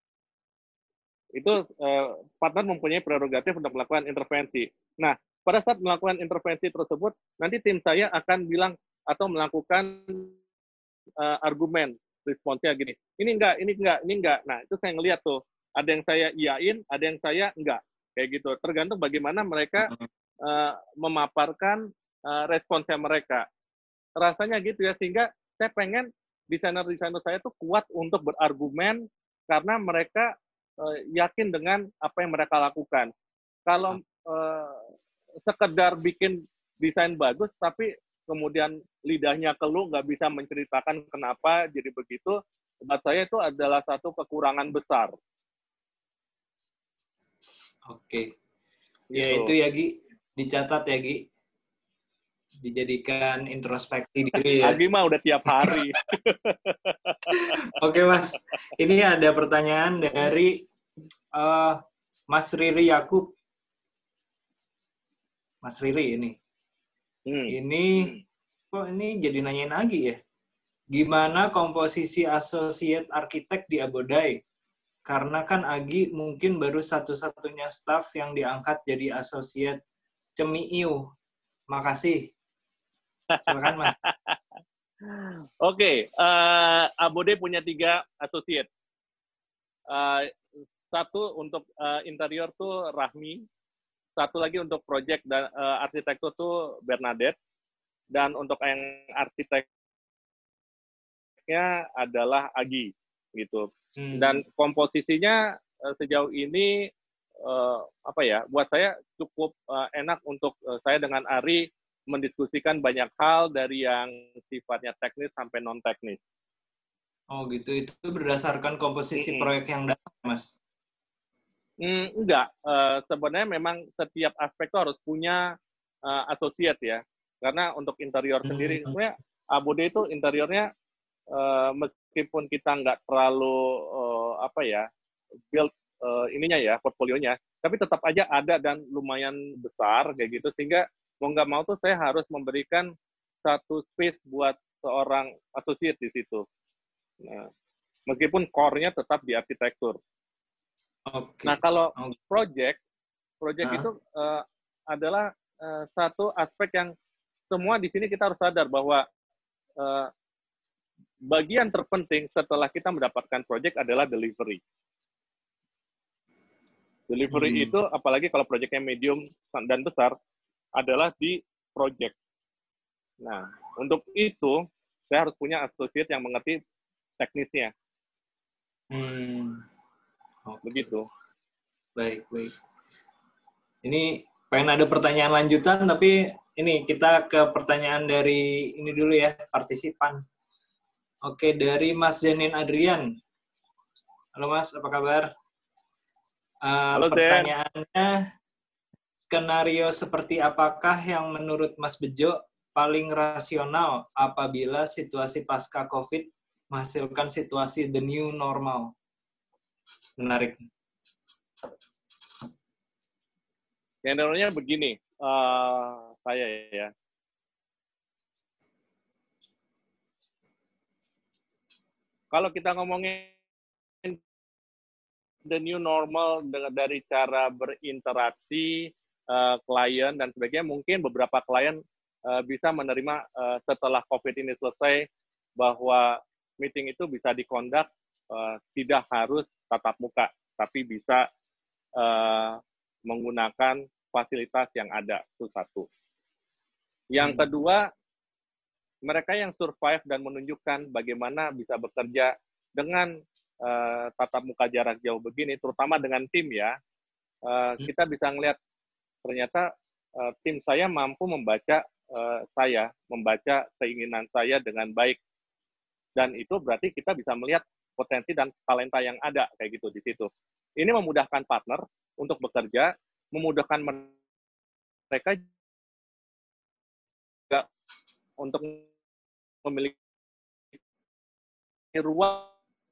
Itu partner mempunyai prerogatif untuk melakukan intervensi. Nah, pada saat melakukan intervensi tersebut, nanti tim saya akan bilang atau melakukan argumen responsnya gini, ini enggak, ini enggak, ini enggak. Nah, itu saya ngelihat tuh, ada yang saya iyain, ada yang saya enggak. Kayak gitu. Tergantung bagaimana mereka memaparkan responsnya mereka. Rasanya gitu ya, sehingga saya pengen desainer-desainer saya tuh kuat untuk berargumen karena mereka yakin dengan apa yang mereka lakukan. Kalau sekedar bikin desain bagus, tapi kemudian lidahnya keluh, nggak bisa menceritakan kenapa jadi begitu, buat saya itu adalah satu kekurangan besar. oke. Ya Gitu. itu ya Gi, dicatat ya Gi, dijadikan introspeksi diri ya. Agi mah udah tiap hari. Oke Mas, ini ada pertanyaan dari Mas Riri Yakub. Mas Riri ini. Ini kok ini jadi nanyain Agi ya? Gimana komposisi associate arsitek di Abodai? Karena kan Agi mungkin baru satu-satunya staff yang diangkat jadi associate Cemiu. Makasih. Silakan Mas. Oke, Abode punya 3 associate. Satu untuk interior tuh Rahmi, satu lagi untuk project dan arsitektur tuh Bernadette, dan untuk yang arsiteknya adalah Agi gitu. Dan komposisinya sejauh ini apa ya, buat saya cukup enak untuk saya dengan Ari mendiskusikan banyak hal dari yang sifatnya teknis sampai non teknis. Oh gitu, itu berdasarkan komposisi proyek yang datang, Mas? Enggak, sebenarnya memang setiap aspek itu harus punya associate ya, karena untuk interior sendiri, sebenarnya Abode itu interiornya meskipun kita nggak terlalu apa ya build ininya ya portfolionya, tapi tetap aja ada dan lumayan besar kayak gitu, sehingga mau nggak mau tuh saya harus memberikan satu space buat seorang associate di situ. Nah, meskipun core-nya tetap di arsitektur. Okay. Nah, kalau project itu adalah satu aspek yang semua di sini kita harus sadar bahwa bagian terpenting setelah kita mendapatkan project adalah delivery. Delivery itu, apalagi kalau projectnya medium dan besar, adalah di project. Nah, untuk itu, saya harus punya associate yang mengerti teknisnya. Begitu. Baik. Ini pengen ada pertanyaan lanjutan, tapi ini kita ke pertanyaan dari ini dulu ya, partisipan. Oke, dari Mas Zenin Adrian. Halo Mas, apa kabar? Halo, pertanyaannya, skenario seperti apakah yang menurut Mas Bejo paling rasional apabila situasi pasca COVID menghasilkan situasi the new normal? Menarik. Skenario-nya begini, saya ya. Kalau kita ngomongin the new normal dari cara berinteraksi klien dan sebagainya, mungkin beberapa klien bisa menerima setelah COVID ini selesai bahwa meeting itu bisa dikondak tidak harus tatap muka, tapi bisa menggunakan fasilitas yang ada, itu satu. Yang kedua, mereka yang survive dan menunjukkan bagaimana bisa bekerja dengan tatap muka jarak jauh begini, terutama dengan tim ya, kita bisa ngelihat ternyata tim saya mampu membaca membaca keinginan saya dengan baik, dan itu berarti kita bisa melihat potensi dan talenta yang ada kayak gitu di situ. Ini memudahkan partner untuk bekerja, memudahkan mereka juga untuk memiliki ruang.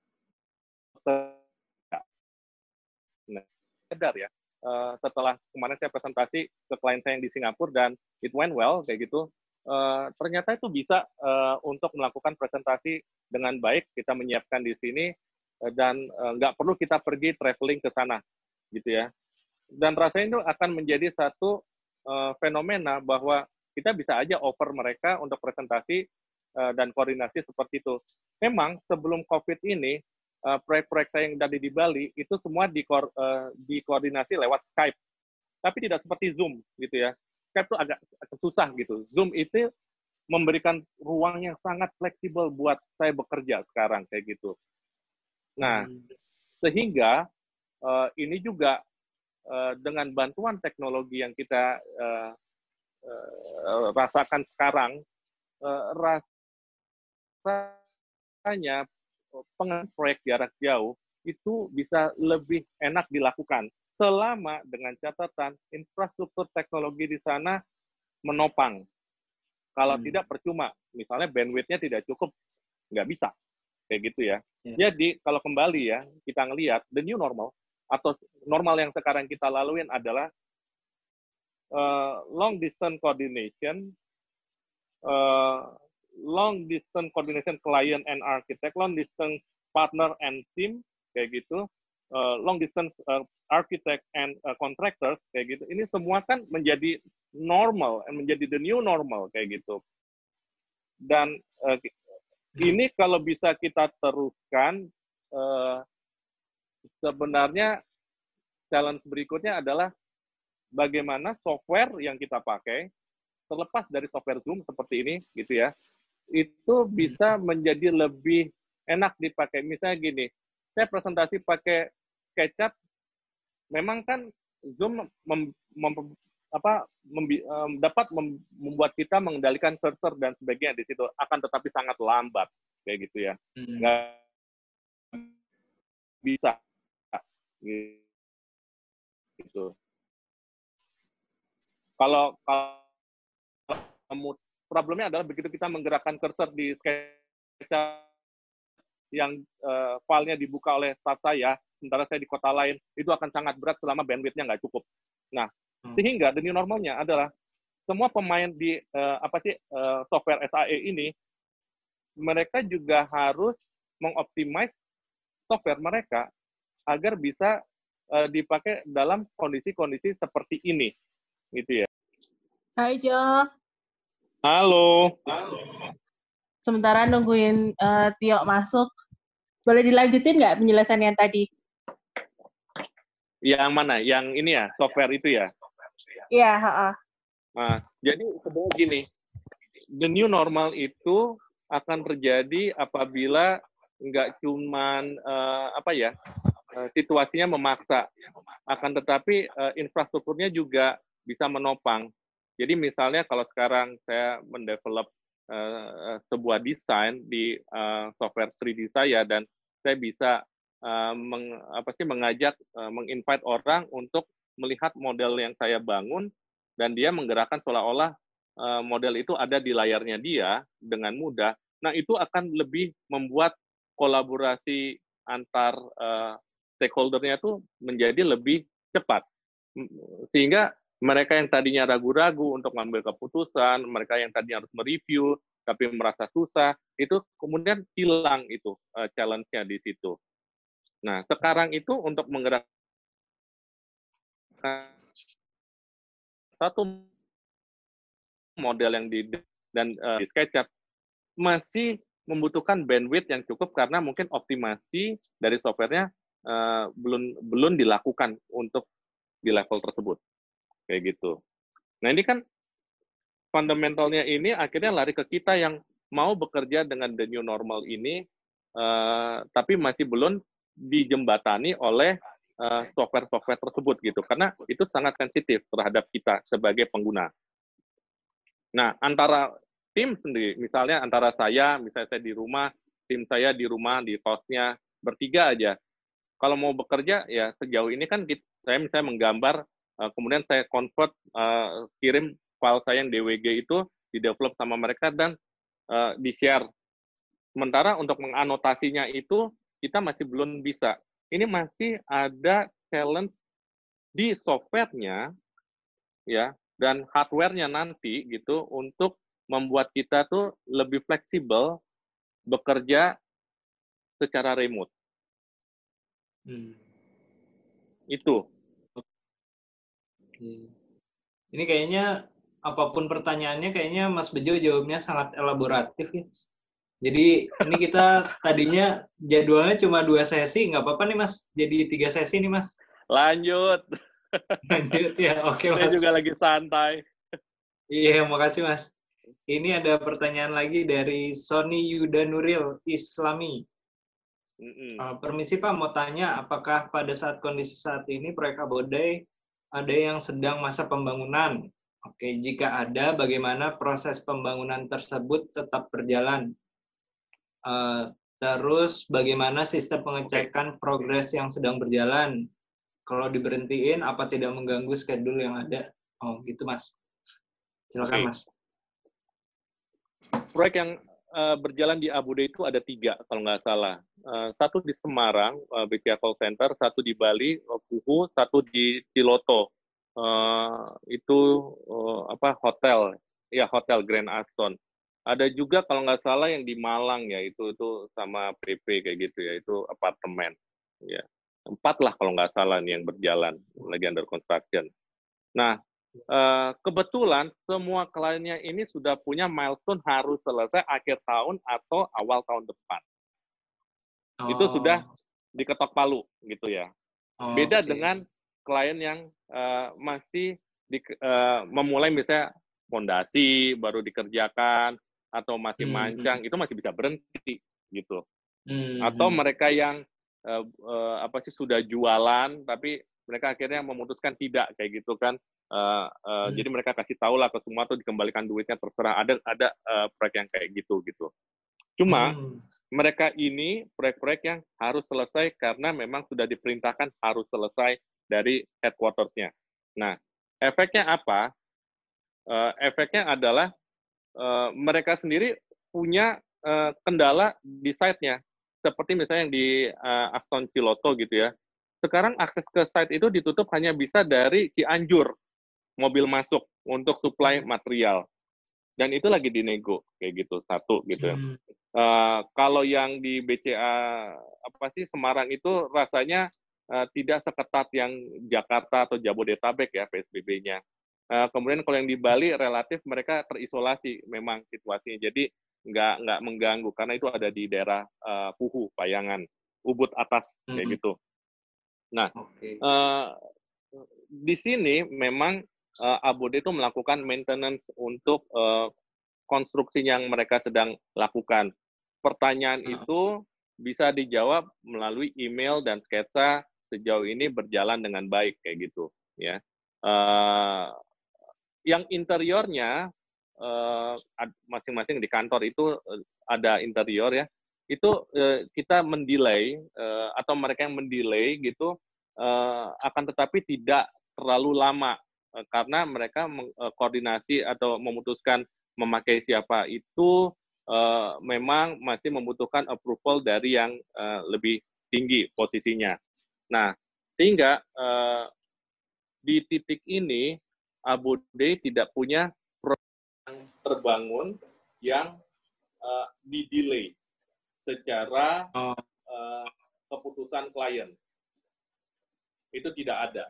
Nah, sadar ya, setelah kemarin saya presentasi ke klien saya yang di Singapura dan it went well kayak gitu, ternyata itu bisa untuk melakukan presentasi dengan baik, kita menyiapkan di sini dan nggak perlu kita pergi traveling ke sana gitu ya. Dan rasanya itu akan menjadi satu fenomena bahwa kita bisa aja offer mereka untuk presentasi dan koordinasi seperti itu. Memang sebelum COVID ini, proyek-proyek saya yang dari di Bali itu semua dikoordinasi lewat Skype, tapi tidak seperti Zoom gitu ya. Skype itu agak susah gitu. Zoom itu memberikan ruang yang sangat fleksibel buat saya bekerja sekarang kayak gitu. Nah, sehingga ini juga dengan bantuan teknologi yang kita rasakan sekarang, rasanya pengembangan proyek jarak jauh itu bisa lebih enak dilakukan selama dengan catatan infrastruktur teknologi di sana menopang. Kalau tidak percuma, misalnya bandwidth-nya tidak cukup, nggak bisa. Kayak gitu ya. Jadi kalau kembali ya, kita ngelihat the new normal, atau normal yang sekarang kita laluin adalah long distance coordination, long distance coordination client and architect, long distance partner and team, kayak gitu, long distance architect and contractors, kayak gitu. Ini semua kan menjadi normal, menjadi the new normal, kayak gitu. Dan ini kalau bisa kita teruskan, sebenarnya challenge berikutnya adalah bagaimana software yang kita pakai, terlepas dari software Zoom seperti ini, gitu ya, itu bisa menjadi lebih enak dipakai. Misalnya gini, saya presentasi pakai SketchUp, memang kan Zoom dapat membuat kita mengendalikan cursor dan sebagainya di situ, akan tetapi sangat lambat, kayak gitu ya. Nggak bisa. Gitu. Kalau problemnya adalah begitu kita menggerakkan cursor di SketchUp yang filenya dibuka oleh staff saya, sementara saya di kota lain, itu akan sangat berat selama bandwidth-nya nggak cukup. Nah, sehingga the new normalnya adalah semua pemain di software SAE ini, mereka juga harus mengoptimize software mereka agar bisa dipakai dalam kondisi-kondisi seperti ini, gitu ya. Hai Jo. Halo. Sementara nungguin Tio masuk, boleh dilanjutin nggak penjelasan yang tadi? Yang mana? Yang ini ya, software itu ya? Iya, Nah, jadi sebenarnya gini, the new normal itu akan terjadi apabila nggak cuman situasinya memaksa, akan tetapi infrastrukturnya juga bisa menopang. Jadi misalnya kalau sekarang saya mendevelop sebuah desain di software 3D saya, dan saya bisa mengajak, menginvite orang untuk melihat model yang saya bangun, dan dia menggerakkan seolah-olah model itu ada di layarnya dia dengan mudah. Nah, itu akan lebih membuat kolaborasi antar stakeholder-nya itu menjadi lebih cepat. Sehingga mereka yang tadinya ragu-ragu untuk mengambil keputusan, mereka yang tadinya harus mereview, tapi merasa susah, itu kemudian hilang itu challenge-nya di situ. Nah, sekarang itu untuk menggerakkan satu model yang di SketchUp masih membutuhkan bandwidth yang cukup karena mungkin optimasi dari softwarenya belum dilakukan untuk di level tersebut, kayak gitu. Nah ini kan fundamentalnya ini akhirnya lari ke kita yang mau bekerja dengan the new normal ini, tapi masih belum dijembatani oleh software-software tersebut gitu, karena itu sangat sensitif terhadap kita sebagai pengguna. Nah, antara tim sendiri, misalnya antara misalnya saya di rumah, tim saya di rumah, di kosnya, bertiga aja. Kalau mau bekerja, ya sejauh ini kan saya misalnya menggambar, kemudian saya convert, kirim file saya yang DWG itu, di-develop sama mereka, dan di-share. Sementara untuk menganotasinya itu, kita masih belum bisa. Ini masih ada challenge di software-nya, ya, dan hardware-nya nanti gitu untuk membuat kita tuh lebih fleksibel bekerja secara remote. Itu. Ini kayaknya apapun pertanyaannya kayaknya Mas Bejo jawabnya sangat elaboratif ya. Jadi ini kita tadinya jadwalnya cuma 2 sesi, nggak apa-apa nih Mas. Jadi 3 sesi nih Mas. Lanjut. Lanjut ya, oke Mas. Saya juga lagi santai. Iya, makasih Mas. Ini ada pertanyaan lagi dari Sony Yuda Nuril Islami. Permisi Pak, mau tanya apakah pada saat kondisi saat ini proyek Abode ada yang sedang masa pembangunan? Oke, jika ada, bagaimana proses pembangunan tersebut tetap berjalan? Terus bagaimana sistem pengecekan progres yang sedang berjalan? Kalau diberhentiin, apa tidak mengganggu schedule yang ada? Oh, gitu Mas. Silakan Mas. Proyek yang berjalan di Abude itu ada 3 kalau nggak salah. Satu di Semarang, BCA Call Center, satu di Bali, Puhu, satu di Ciloto. Itu hotel, ya hotel Grand Aston. Ada juga kalau nggak salah yang di Malang ya, itu sama PP kayak gitu ya, itu apartemen. Ya, 4 lah kalau nggak salah nih yang berjalan, lagi under construction. Nah, kebetulan semua kliennya ini sudah punya milestone harus selesai akhir tahun atau awal tahun depan. Itu sudah diketok palu gitu ya. Beda dengan klien yang masih memulai misalnya fondasi baru dikerjakan atau masih mancang, itu masih bisa berhenti gitu. Atau mereka yang sudah jualan tapi mereka akhirnya memutuskan tidak kayak gitu kan. Jadi mereka kasih tahu lah ke semua tuh dikembalikan duitnya terserah. Ada proyek yang kayak gitu. Cuma mereka ini proyek-proyek yang harus selesai karena memang sudah diperintahkan harus selesai dari headquarters-nya. Nah, efeknya apa? Efeknya adalah mereka sendiri punya kendala di site-nya. Seperti misalnya yang di Aston Ciloto gitu ya. Sekarang akses ke site itu ditutup hanya bisa dari Cianjur, mobil masuk untuk supply material. Dan itu lagi dinego, kayak gitu, satu gitu ya. Kalau yang di BCA Semarang itu rasanya tidak seketat yang Jakarta atau Jabodetabek ya PSBB-nya. Kemudian kalau yang di Bali relatif mereka terisolasi memang situasinya, jadi nggak mengganggu karena itu ada di daerah Puhu, Payangan, Ubud atas kayak gitu. Nah, di sini memang Abode itu melakukan maintenance untuk konstruksi yang mereka sedang lakukan. Pertanyaan itu bisa dijawab melalui email dan sketsa sejauh ini berjalan dengan baik kayak gitu ya. Yang interiornya masing-masing di kantor itu ada interior ya. Itu kita mendelay atau mereka yang mendelay gitu akan tetapi tidak terlalu lama karena mereka koordinasi atau memutuskan memakai siapa itu memang masih membutuhkan approval dari yang lebih tinggi posisinya. Nah, sehingga di titik ini Abode tidak punya proyek yang terbangun yang di-delay secara Oh, keputusan klien. Itu tidak ada.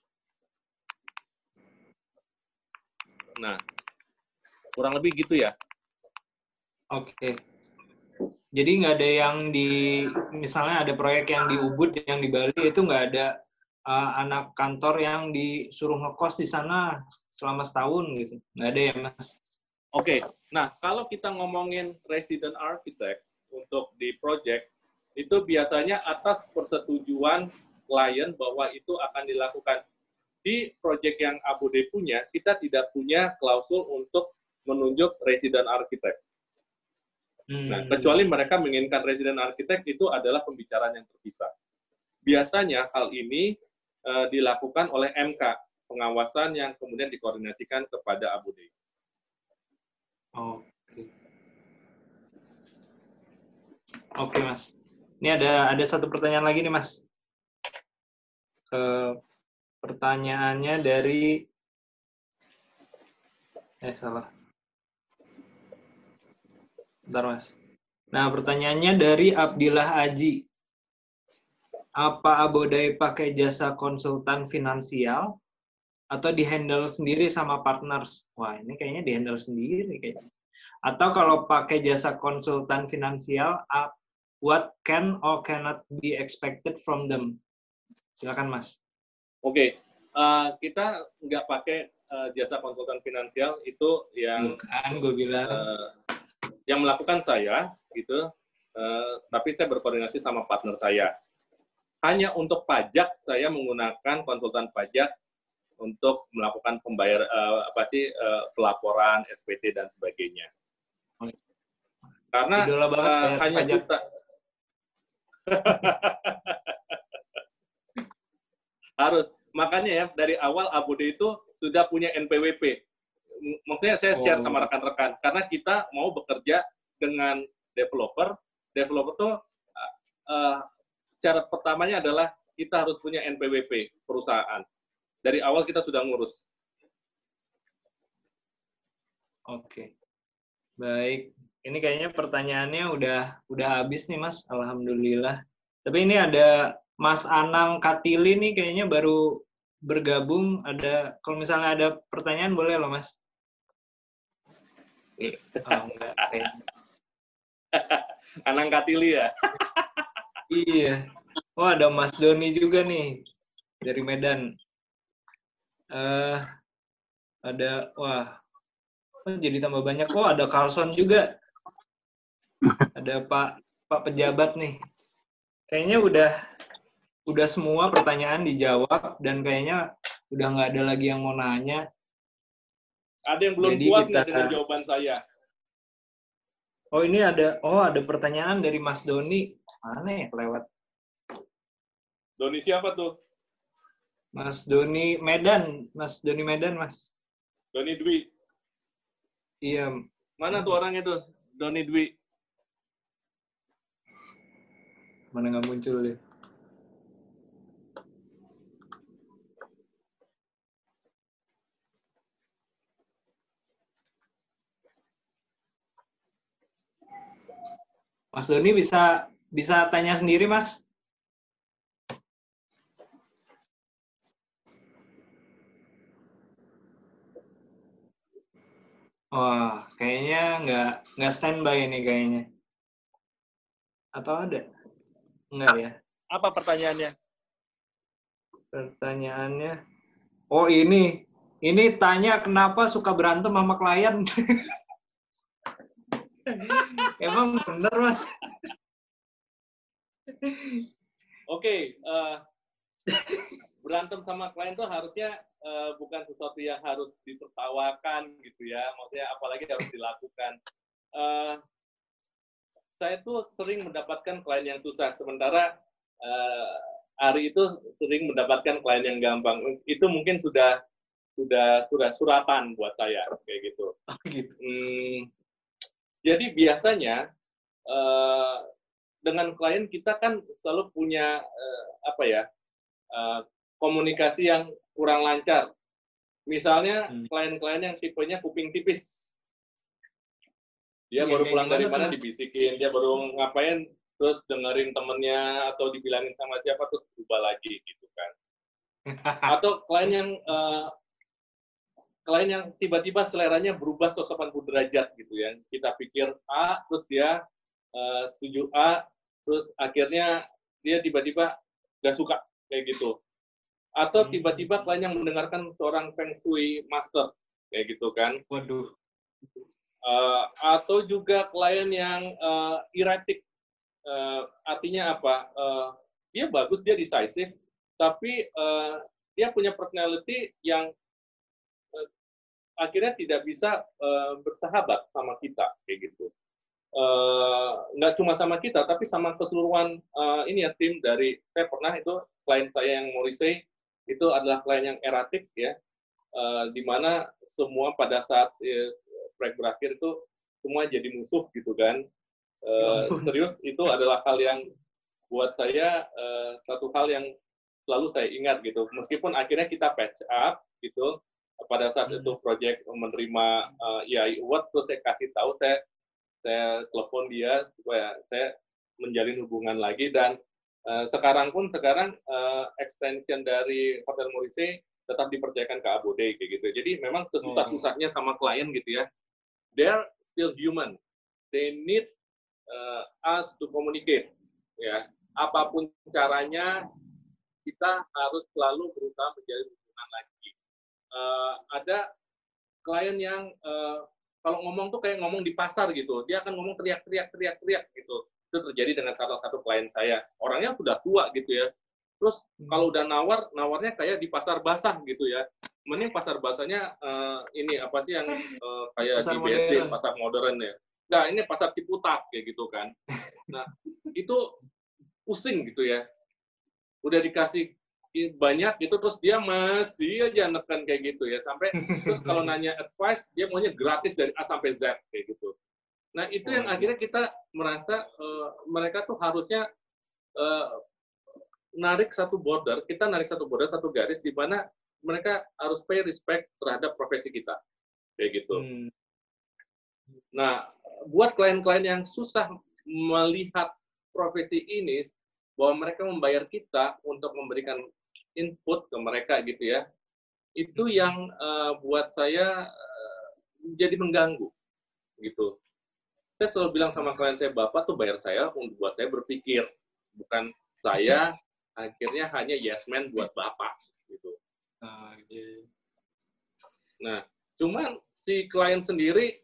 Nah, kurang lebih gitu ya. oke. Jadi nggak ada yang misalnya ada proyek yang di Ubud, yang di Bali, itu nggak ada anak kantor yang disuruh ngekos di sana selama setahun gitu. Nggak ada ya, Mas? Oke, nah kalau kita ngomongin resident architect untuk di project, itu biasanya atas persetujuan klien bahwa itu akan dilakukan. Di project yang Abu Dhabi punya, kita tidak punya klausul untuk menunjuk resident architect. Nah, kecuali mereka menginginkan resident architect, itu adalah pembicaraan yang terpisah. Biasanya hal ini dilakukan oleh MK, pengawasan yang kemudian dikoordinasikan kepada Abu Dhabi. Oke. Oke, Mas. Ini ada satu pertanyaan lagi nih, Mas. Pertanyaannya dari salah. Bentar, Mas. Nah, pertanyaannya dari Abdillah Aji. Apa Abu Dhabi pakai jasa konsultan finansial atau di-handle sendiri sama partners? Wah, ini kayaknya di-handle sendiri kayaknya. Atau kalau pakai jasa konsultan finansial, what can or cannot be expected from them? Silakan, Mas. Oke, kita nggak pakai jasa konsultan finansial, itu yang bukan, gue bilang yang melakukan saya, gitu. Tapi saya berkoordinasi sama partner saya. Hanya untuk pajak saya menggunakan konsultan pajak untuk melakukan pelaporan, SPT dan sebagainya. Karena hanya kita harus, makanya ya dari awal Abu Dhabi itu sudah punya NPWP. Maksudnya saya share sama rekan-rekan, karena kita mau bekerja dengan developer. Developer tuh syarat pertamanya adalah kita harus punya NPWP perusahaan. Dari awal kita sudah ngurus. Oke. Baik. Ini kayaknya pertanyaannya udah habis nih, Mas. Alhamdulillah. Tapi ini ada Mas Anang Katili nih kayaknya baru bergabung. Kalau misalnya ada pertanyaan boleh loh, Mas. Oh, enggak. Anang Katili ya? Iya. Oh, ada Mas Doni juga nih dari Medan. Jadi tambah banyak. Oh, ada Carlson juga. Ada Pak pejabat nih. Kayaknya udah semua pertanyaan dijawab dan kayaknya udah nggak ada lagi yang mau nanya. Ada yang belum puas nggak dengan jawaban saya? Oh, ini ada pertanyaan dari Mas Doni. Mana ya kelewat? Doni siapa tuh? Mas Doni Medan. Mas Doni Medan, Mas. Doni Dwi. Iya. Mana tuh orangnya tuh? Doni Dwi. Mana nggak muncul deh. Mas Doni bisa tanya sendiri, Mas. Wah, kayaknya nggak standby ini kayaknya. Atau ada? Enggak ya? Apa pertanyaannya? Pertanyaannya, oh ini tanya kenapa suka berantem sama klien. Emang bener, Mas? Oke, berantem sama klien tuh harusnya bukan sesuatu yang harus ditertawakan gitu ya, maksudnya apalagi harus dilakukan. Saya tuh sering mendapatkan klien yang susah, sementara Ari itu sering mendapatkan klien yang gampang. Itu mungkin sudah suratan buat saya kayak gitu. Jadi biasanya dengan klien kita kan selalu punya komunikasi yang kurang lancar. Misalnya klien-klien yang tipenya kuping tipis. Dia Iya, baru kayak pulang dari gimana tuh, mana Mas? dibisikin, dia baru ngapain, terus dengerin temennya atau dibilangin sama siapa terus berubah lagi gitu kan. Atau klien yang tiba-tiba seleranya berubah 180 derajat gitu ya. Kita pikir A, terus dia setuju A, terus akhirnya dia tiba-tiba nggak suka kayak gitu. Atau tiba-tiba klien yang mendengarkan seorang Feng Shui master kayak gitu kan. Waduh. Atau juga klien yang erratic, artinya apa? Dia bagus, dia decisive, tapi dia punya personality yang akhirnya tidak bisa bersahabat sama kita kayak gitu. Nggak cuma sama kita, tapi sama keseluruhan ini ya tim dari saya pernah itu klien saya yang Morrissey itu adalah klien yang erratic ya, di mana semua pada saat proyek berakhir itu semua jadi musuh gitu kan. Serius itu adalah hal yang buat saya satu hal yang selalu saya ingat gitu. Meskipun akhirnya kita patch up gitu pada saat itu proyek menerima EI Award, terus saya kasih tahu, saya telepon dia supaya saya menjalin hubungan lagi dan sekarang extension dari Hotel Morrissey tetap dipercayakan ke Abode kayak gitu. Jadi memang sesusah-susahnya sama klien gitu ya, they're still human. They need us to communicate. Ya, apapun caranya kita harus selalu berusaha menjalin hubungan lagi. Ada klien yang kalau ngomong tuh kayak ngomong di pasar gitu, dia akan ngomong teriak-teriak gitu. Itu terjadi dengan salah satu klien saya. Orangnya sudah tua gitu ya. Terus kalau udah nawarnya kayak di pasar basah gitu ya. Mending pasar basahnya ini apa sih yang kayak Pasar di BSD, modern. pasar modern ya. Nah, ini pasar Ciputat kayak gitu kan. Nah, itu pusing gitu ya. Udah dikasih banyak gitu, terus dia masih aja neken kayak gitu ya. Sampai terus kalau nanya advice, dia maunya gratis dari A sampai Z kayak gitu. Nah, itu yang akhirnya kita merasa mereka tuh harusnya narik satu border, satu garis di mana mereka harus pay respect terhadap profesi kita. Kayak gitu. Nah, buat klien-klien yang susah melihat profesi ini, bahwa mereka membayar kita untuk memberikan input ke mereka gitu ya, itu yang buat saya jadi mengganggu gitu. Saya selalu bilang sama klien saya, Bapak tuh bayar saya untuk buat saya berpikir, bukan saya akhirnya hanya yes man buat Bapak gitu. Nah, cuman si klien sendiri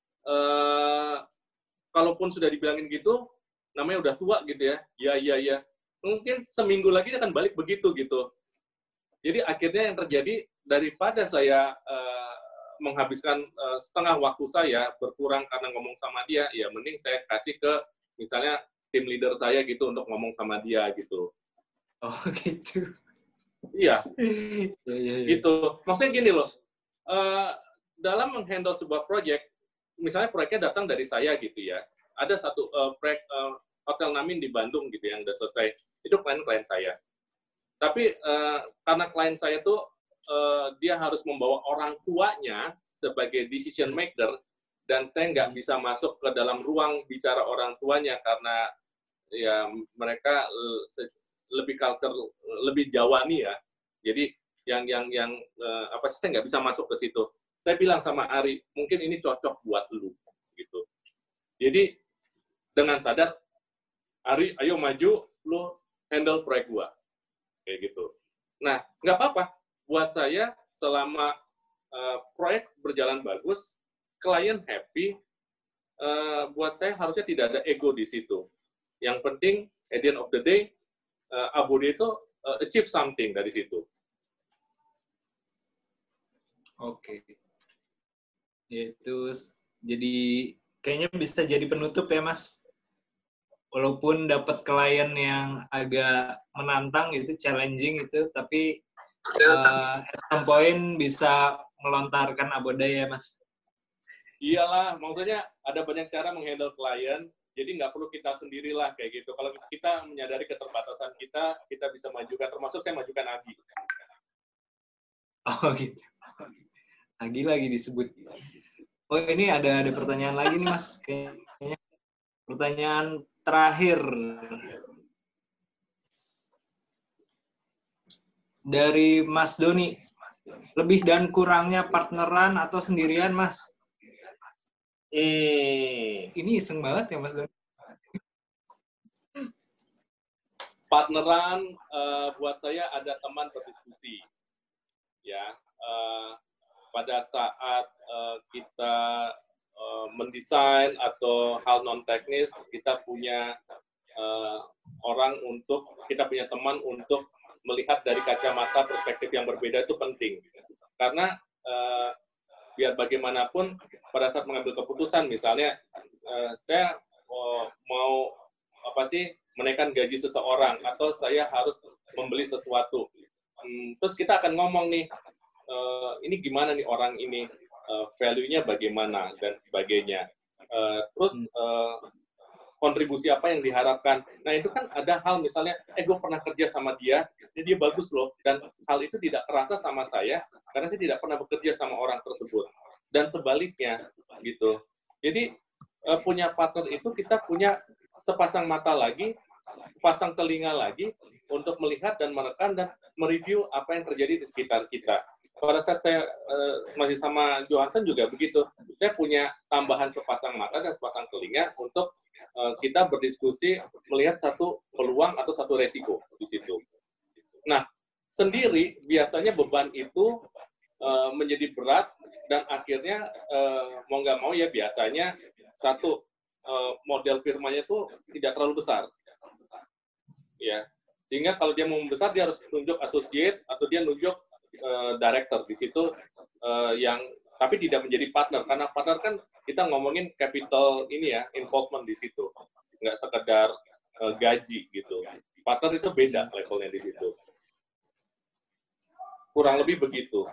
kalaupun sudah dibilangin gitu, namanya udah tua gitu ya, ya. Mungkin seminggu lagi dia akan balik begitu gitu. Jadi akhirnya yang terjadi, daripada saya menghabiskan setengah waktu saya berkurang karena ngomong sama dia, ya mending saya kasih ke misalnya tim leader saya gitu untuk ngomong sama dia gitu. Oh gitu. Iya. Ya. Gitu. Maksudnya gini loh, dalam menghandle sebuah proyek, misalnya proyeknya datang dari saya gitu ya, ada satu proyek Hotel Namin di Bandung gitu yang udah selesai, itu klien saya. Tapi karena klien saya tuh dia harus membawa orang tuanya sebagai decision maker, dan saya nggak bisa masuk ke dalam ruang bicara orang tuanya karena ya mereka lebih culture, lebih Jawani ya. Jadi yang apa sih, saya nggak bisa masuk ke situ. Saya bilang sama Ari, mungkin ini cocok buat lu gitu. Jadi dengan sadar, Ari, ayo maju, lu handle proyek gua kayak gitu. Nah, nggak apa-apa. Buat saya, selama proyek berjalan bagus, klien happy, buat saya harusnya tidak ada ego di situ. Yang penting, at the end of the day, Abode itu achieve something dari situ. Oke. Itu jadi kayaknya bisa jadi penutup ya, Mas. Walaupun dapat klien yang agak menantang gitu, challenging gitu, tapi at some point bisa melontarkan Abode ya, Mas. Iyalah, maksudnya ada banyak cara menghandle klien, jadi nggak perlu kita sendirilah kayak gitu. Kalau kita menyadari keterbatasan kita bisa majukan, termasuk saya majukan Agi. Oh gitu. Agi lagi disebut. Oh, ini ada pertanyaan lagi nih, Mas. Kayaknya pertanyaan terakhir dari Mas Doni. Lebih dan kurangnya partneran atau sendirian, Mas? Ini iseng banget ya, Mas Doni. Partneran buat saya ada teman berdiskusi. Ya, pada saat kita mendesain atau hal non teknis, kita punya kita punya teman untuk melihat dari kacamata perspektif yang berbeda itu penting. Karena biar bagaimanapun pada saat mengambil keputusan, misalnya saya mau menaikkan gaji seseorang atau saya harus membeli sesuatu. Terus kita akan ngomong nih, ini gimana nih orang ini, value-nya bagaimana dan sebagainya. Terus kontribusi apa yang diharapkan. Nah, itu kan ada hal misalnya, gue pernah kerja sama dia bagus loh, dan hal itu tidak terasa sama saya, karena saya tidak pernah bekerja sama orang tersebut. Dan sebaliknya, gitu. Jadi, punya partner itu kita punya sepasang mata lagi, sepasang telinga lagi, untuk melihat dan merekam dan mereview apa yang terjadi di sekitar kita. Pada saat saya masih sama Johansson juga begitu. Saya punya tambahan sepasang mata dan sepasang telinga untuk kita berdiskusi melihat satu peluang atau satu resiko di situ. Nah, sendiri biasanya beban itu menjadi berat dan akhirnya mau nggak mau ya biasanya satu model firmanya itu tidak terlalu besar, ya. Sehingga kalau dia mau membesar dia harus tunjuk associate atau dia nunjuk director di situ yang tapi tidak menjadi partner, karena partner kan kita ngomongin capital ini ya, involvement di situ, nggak sekedar gaji gitu. Partner itu beda levelnya di situ. Kurang lebih begitu.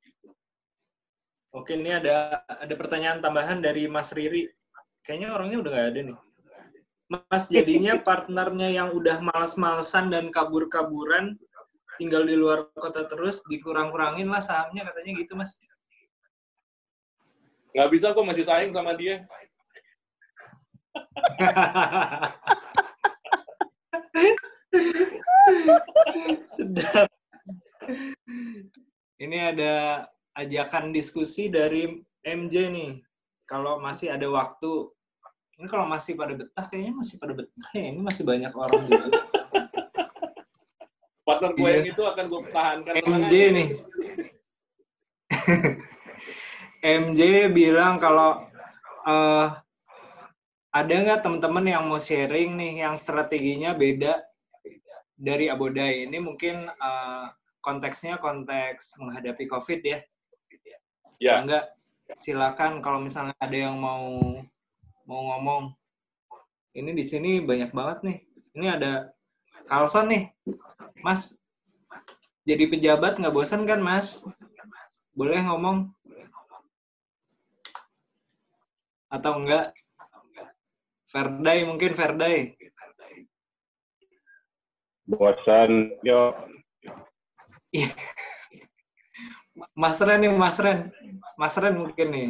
Oke, ini ada pertanyaan tambahan dari Mas Riri. Kayaknya orangnya udah nggak ada nih. Mas, jadinya partnernya yang udah males-malesan dan kabur-kaburan, tinggal di luar kota terus, dikurang-kurangin lah sahamnya, katanya gitu, Mas. Nggak bisa, kok masih sayang sama dia. Sedap. Ini ada ajakan diskusi dari MJ nih. Kalau masih ada waktu, ini kalau masih pada betah, kayaknya masih pada betah ya. Ini masih banyak orang juga. Partner gue yang itu akan gue pertahankan. MJ nih. MJ bilang kalau ada nggak teman-teman yang mau sharing nih yang strateginya beda dari Abodai? Ini mungkin konteksnya konteks menghadapi COVID ya. Ya. Enggak, silakan kalau misalnya ada yang mau ngomong. Ini di sini banyak banget nih. Ini ada Carlson nih. Mas, jadi pejabat nggak bosan kan, Mas? Boleh ngomong? Atau enggak? Ferday mungkin, Ferday. Bosan, yo. Mas Ren nih, Mas Ren. Mas Ren mungkin nih.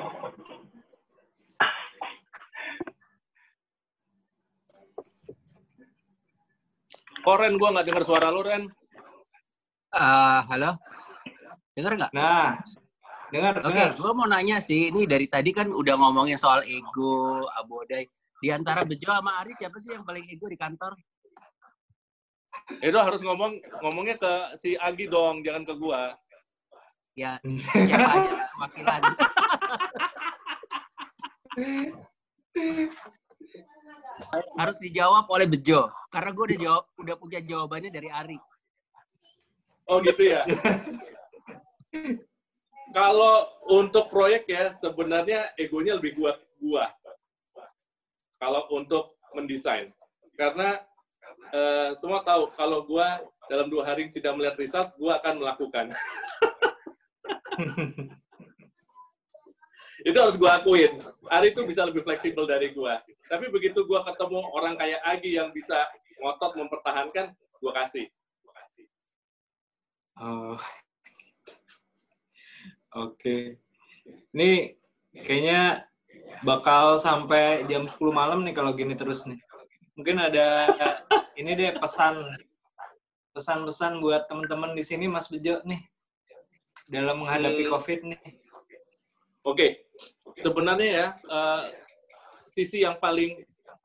Kok Ren, gue nggak dengar suara lu, Ren. Halo? Dengar nggak? Nah, dengar. Oke, gue mau nanya sih, ini dari tadi kan udah ngomongin soal ego, Abodai. Di antara Bejo sama Aris, siapa sih yang paling ego di kantor? Itu harus ngomongnya ke si Agi dong, jangan ke gua. Ya, siapa aja wakilan. Harus dijawab oleh Bejo, karena gue udah punya jawabannya dari Ari. Oh gitu ya. Kalau untuk proyek ya, sebenarnya egonya lebih gua. Kalau untuk mendesain, karena semua tahu kalau gua dalam 2 hari tidak melihat result, gua akan melakukan. Itu harus gua akuin. Ari itu bisa lebih fleksibel dari gua. Tapi begitu gua ketemu orang kayak Agi yang bisa ngotot mempertahankan, gua kasih. Oh. Oke. Ini Kayaknya bakal sampai jam 10 malam nih kalau gini terus nih. Mungkin ada ini deh pesan-pesan buat teman-teman di sini Mas Bejo nih dalam menghadapi COVID nih. Oke. Sebenarnya ya sisi yang paling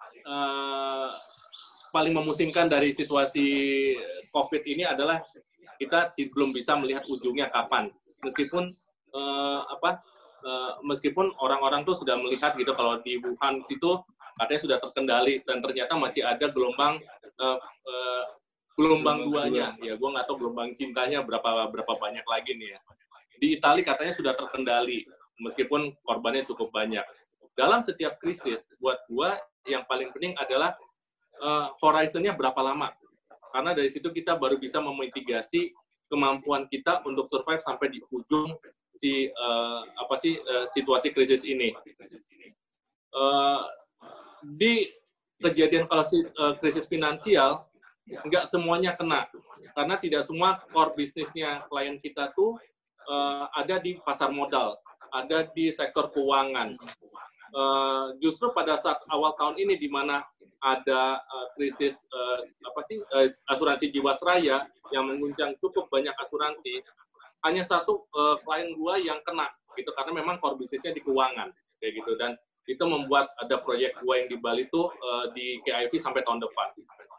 memusingkan dari situasi COVID ini adalah kita belum bisa melihat ujungnya kapan. Meskipun orang-orang tuh sudah melihat gitu kalau di Wuhan situ katanya sudah terkendali dan ternyata masih ada gelombang duanya. Ya, gue nggak tahu gelombang cintanya berapa banyak lagi nih ya. Di Italia katanya sudah terkendali meskipun korbannya cukup banyak. Dalam setiap krisis, buat gue yang paling penting adalah horizon-nya berapa lama. Karena dari situ kita baru bisa memitigasi kemampuan kita untuk survive sampai di ujung situasi krisis ini. Di kejadian kalau krisis finansial, nggak semuanya kena. Karena tidak semua core bisnisnya klien kita tuh ada di pasar modal, ada di sektor keuangan. Justru pada saat awal tahun ini di mana ada krisis asuransi Jiwasraya yang mengguncang cukup banyak asuransi, hanya satu klien gua yang kena gitu karena memang core bisnisnya di keuangan kayak gitu, dan itu membuat ada proyek gua yang di Bali tuh di KIV sampai tahun depan.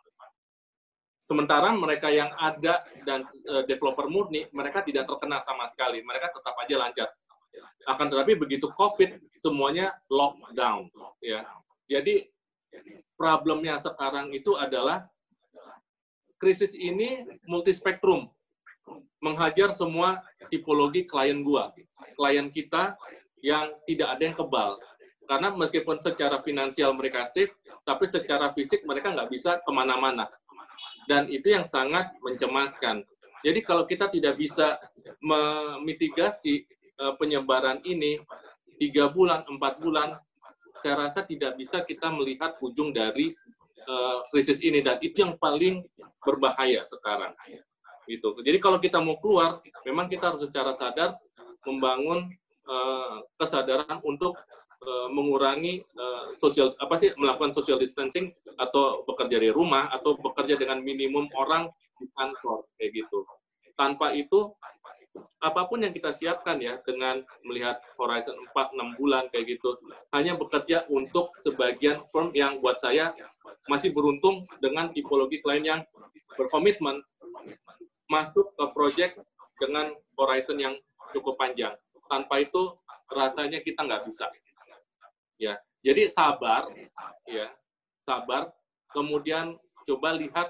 Sementara mereka yang ada dan developer murni, mereka tidak terkena sama sekali, mereka tetap aja lancar. Akan tetapi begitu COVID, semuanya lockdown. Ya. Jadi problemnya sekarang itu adalah krisis ini multispektrum, menghajar semua tipologi klien gua, klien kita yang tidak ada yang kebal. Karena meskipun secara finansial mereka safe, tapi secara fisik mereka nggak bisa kemana-mana. Dan itu yang sangat mencemaskan. Jadi kalau kita tidak bisa memitigasi penyebaran ini 3 bulan, 4 bulan, saya rasa tidak bisa kita melihat ujung dari krisis ini, dan itu yang paling berbahaya sekarang. Gitu. Jadi kalau kita mau keluar, memang kita harus secara sadar membangun kesadaran untuk mengurangi melakukan social distancing atau bekerja dari rumah atau bekerja dengan minimum orang di kantor kayak gitu. Tanpa itu apapun yang kita siapkan ya dengan melihat horizon 4-6 bulan kayak gitu hanya bekerja untuk sebagian firm yang buat saya masih beruntung dengan tipologi klien yang berkomitmen masuk ke project dengan horizon yang cukup panjang. Tanpa itu rasanya kita nggak bisa. Ya, jadi sabar, ya, sabar. Kemudian coba lihat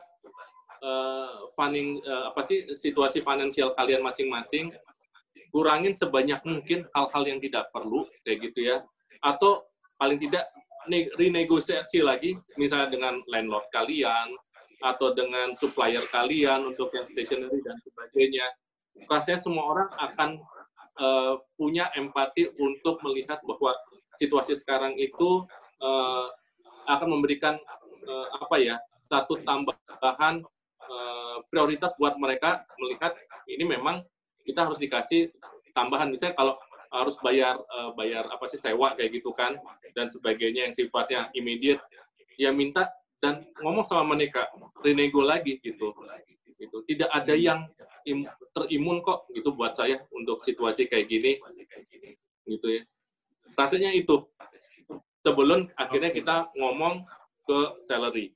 situasi finansial kalian masing-masing. Kurangin sebanyak mungkin hal-hal yang tidak perlu, kayak gitu ya. Atau paling tidak renegosiasi lagi, misalnya dengan landlord kalian atau dengan supplier kalian untuk yang stationery dan sebagainya. Rasanya semua orang akan punya empati untuk melihat bahwa situasi sekarang itu akan memberikan satu tambahan prioritas buat mereka melihat ini memang kita harus dikasih tambahan, misalnya kalau harus bayar sewa kayak gitu kan dan sebagainya yang sifatnya immediate, ya minta dan ngomong sama mereka renego lagi gitu. Tidak ada yang terimun kok gitu buat saya untuk situasi kayak gini gitu ya. Rasanya itu sebelum akhirnya kita ngomong ke salary.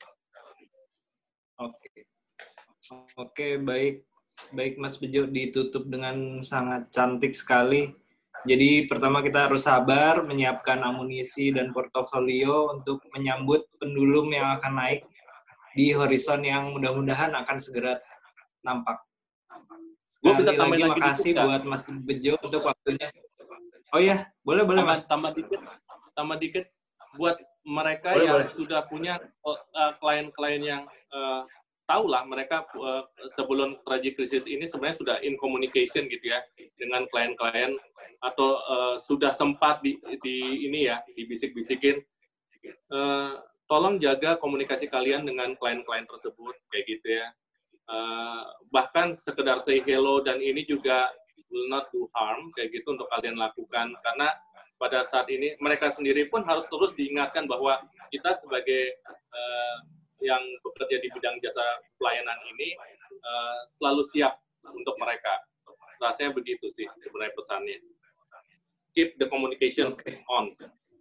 Oke, baik Mas Bejo, ditutup dengan sangat cantik sekali. Jadi pertama kita harus sabar menyiapkan amunisi dan portofolio untuk menyambut pendulum yang akan naik di horizon yang mudah-mudahan akan segera nampak. Sekali lagi makasih buat Mas Bejo untuk waktunya. Oh ya, boleh Mas. Tambah dikit buat mereka yang sudah punya klien-klien yang tahu lah mereka sebelum terjadi krisis ini sebenarnya sudah in communication gitu ya dengan klien-klien atau sudah sempat dibisik-bisikin. Tolong jaga komunikasi kalian dengan klien-klien tersebut kayak gitu ya. Bahkan sekedar say hello dan ini juga will not do harm kayak gitu untuk kalian lakukan, karena pada saat ini mereka sendiri pun harus terus diingatkan bahwa kita sebagai yang bekerja di bidang jasa pelayanan ini selalu siap untuk mereka. Rasanya begitu sih sebenarnya pesannya. Keep the communication on.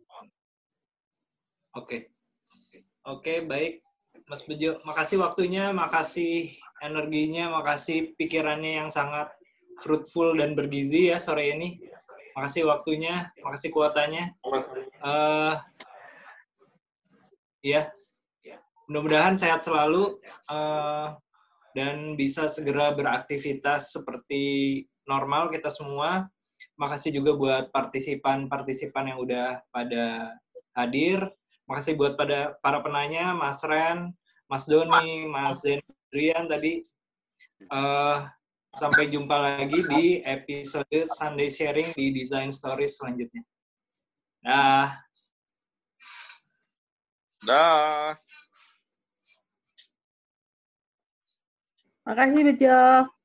Oke, baik. Mas Bejo, makasih waktunya, makasih energinya, makasih pikirannya yang sangat fruitful dan bergizi ya sore ini. Makasih waktunya, makasih kuotanya. Ya, mudah-mudahan sehat selalu dan bisa segera beraktivitas seperti normal kita semua. Makasih juga buat partisipan-partisipan yang udah pada hadir. Makasih buat pada para penanya, Mas Ren, Mas Doni, Mas Dendrian tadi. Sampai jumpa lagi di episode Sunday Sharing di Design Stories selanjutnya. Dah. Makasih Bejo.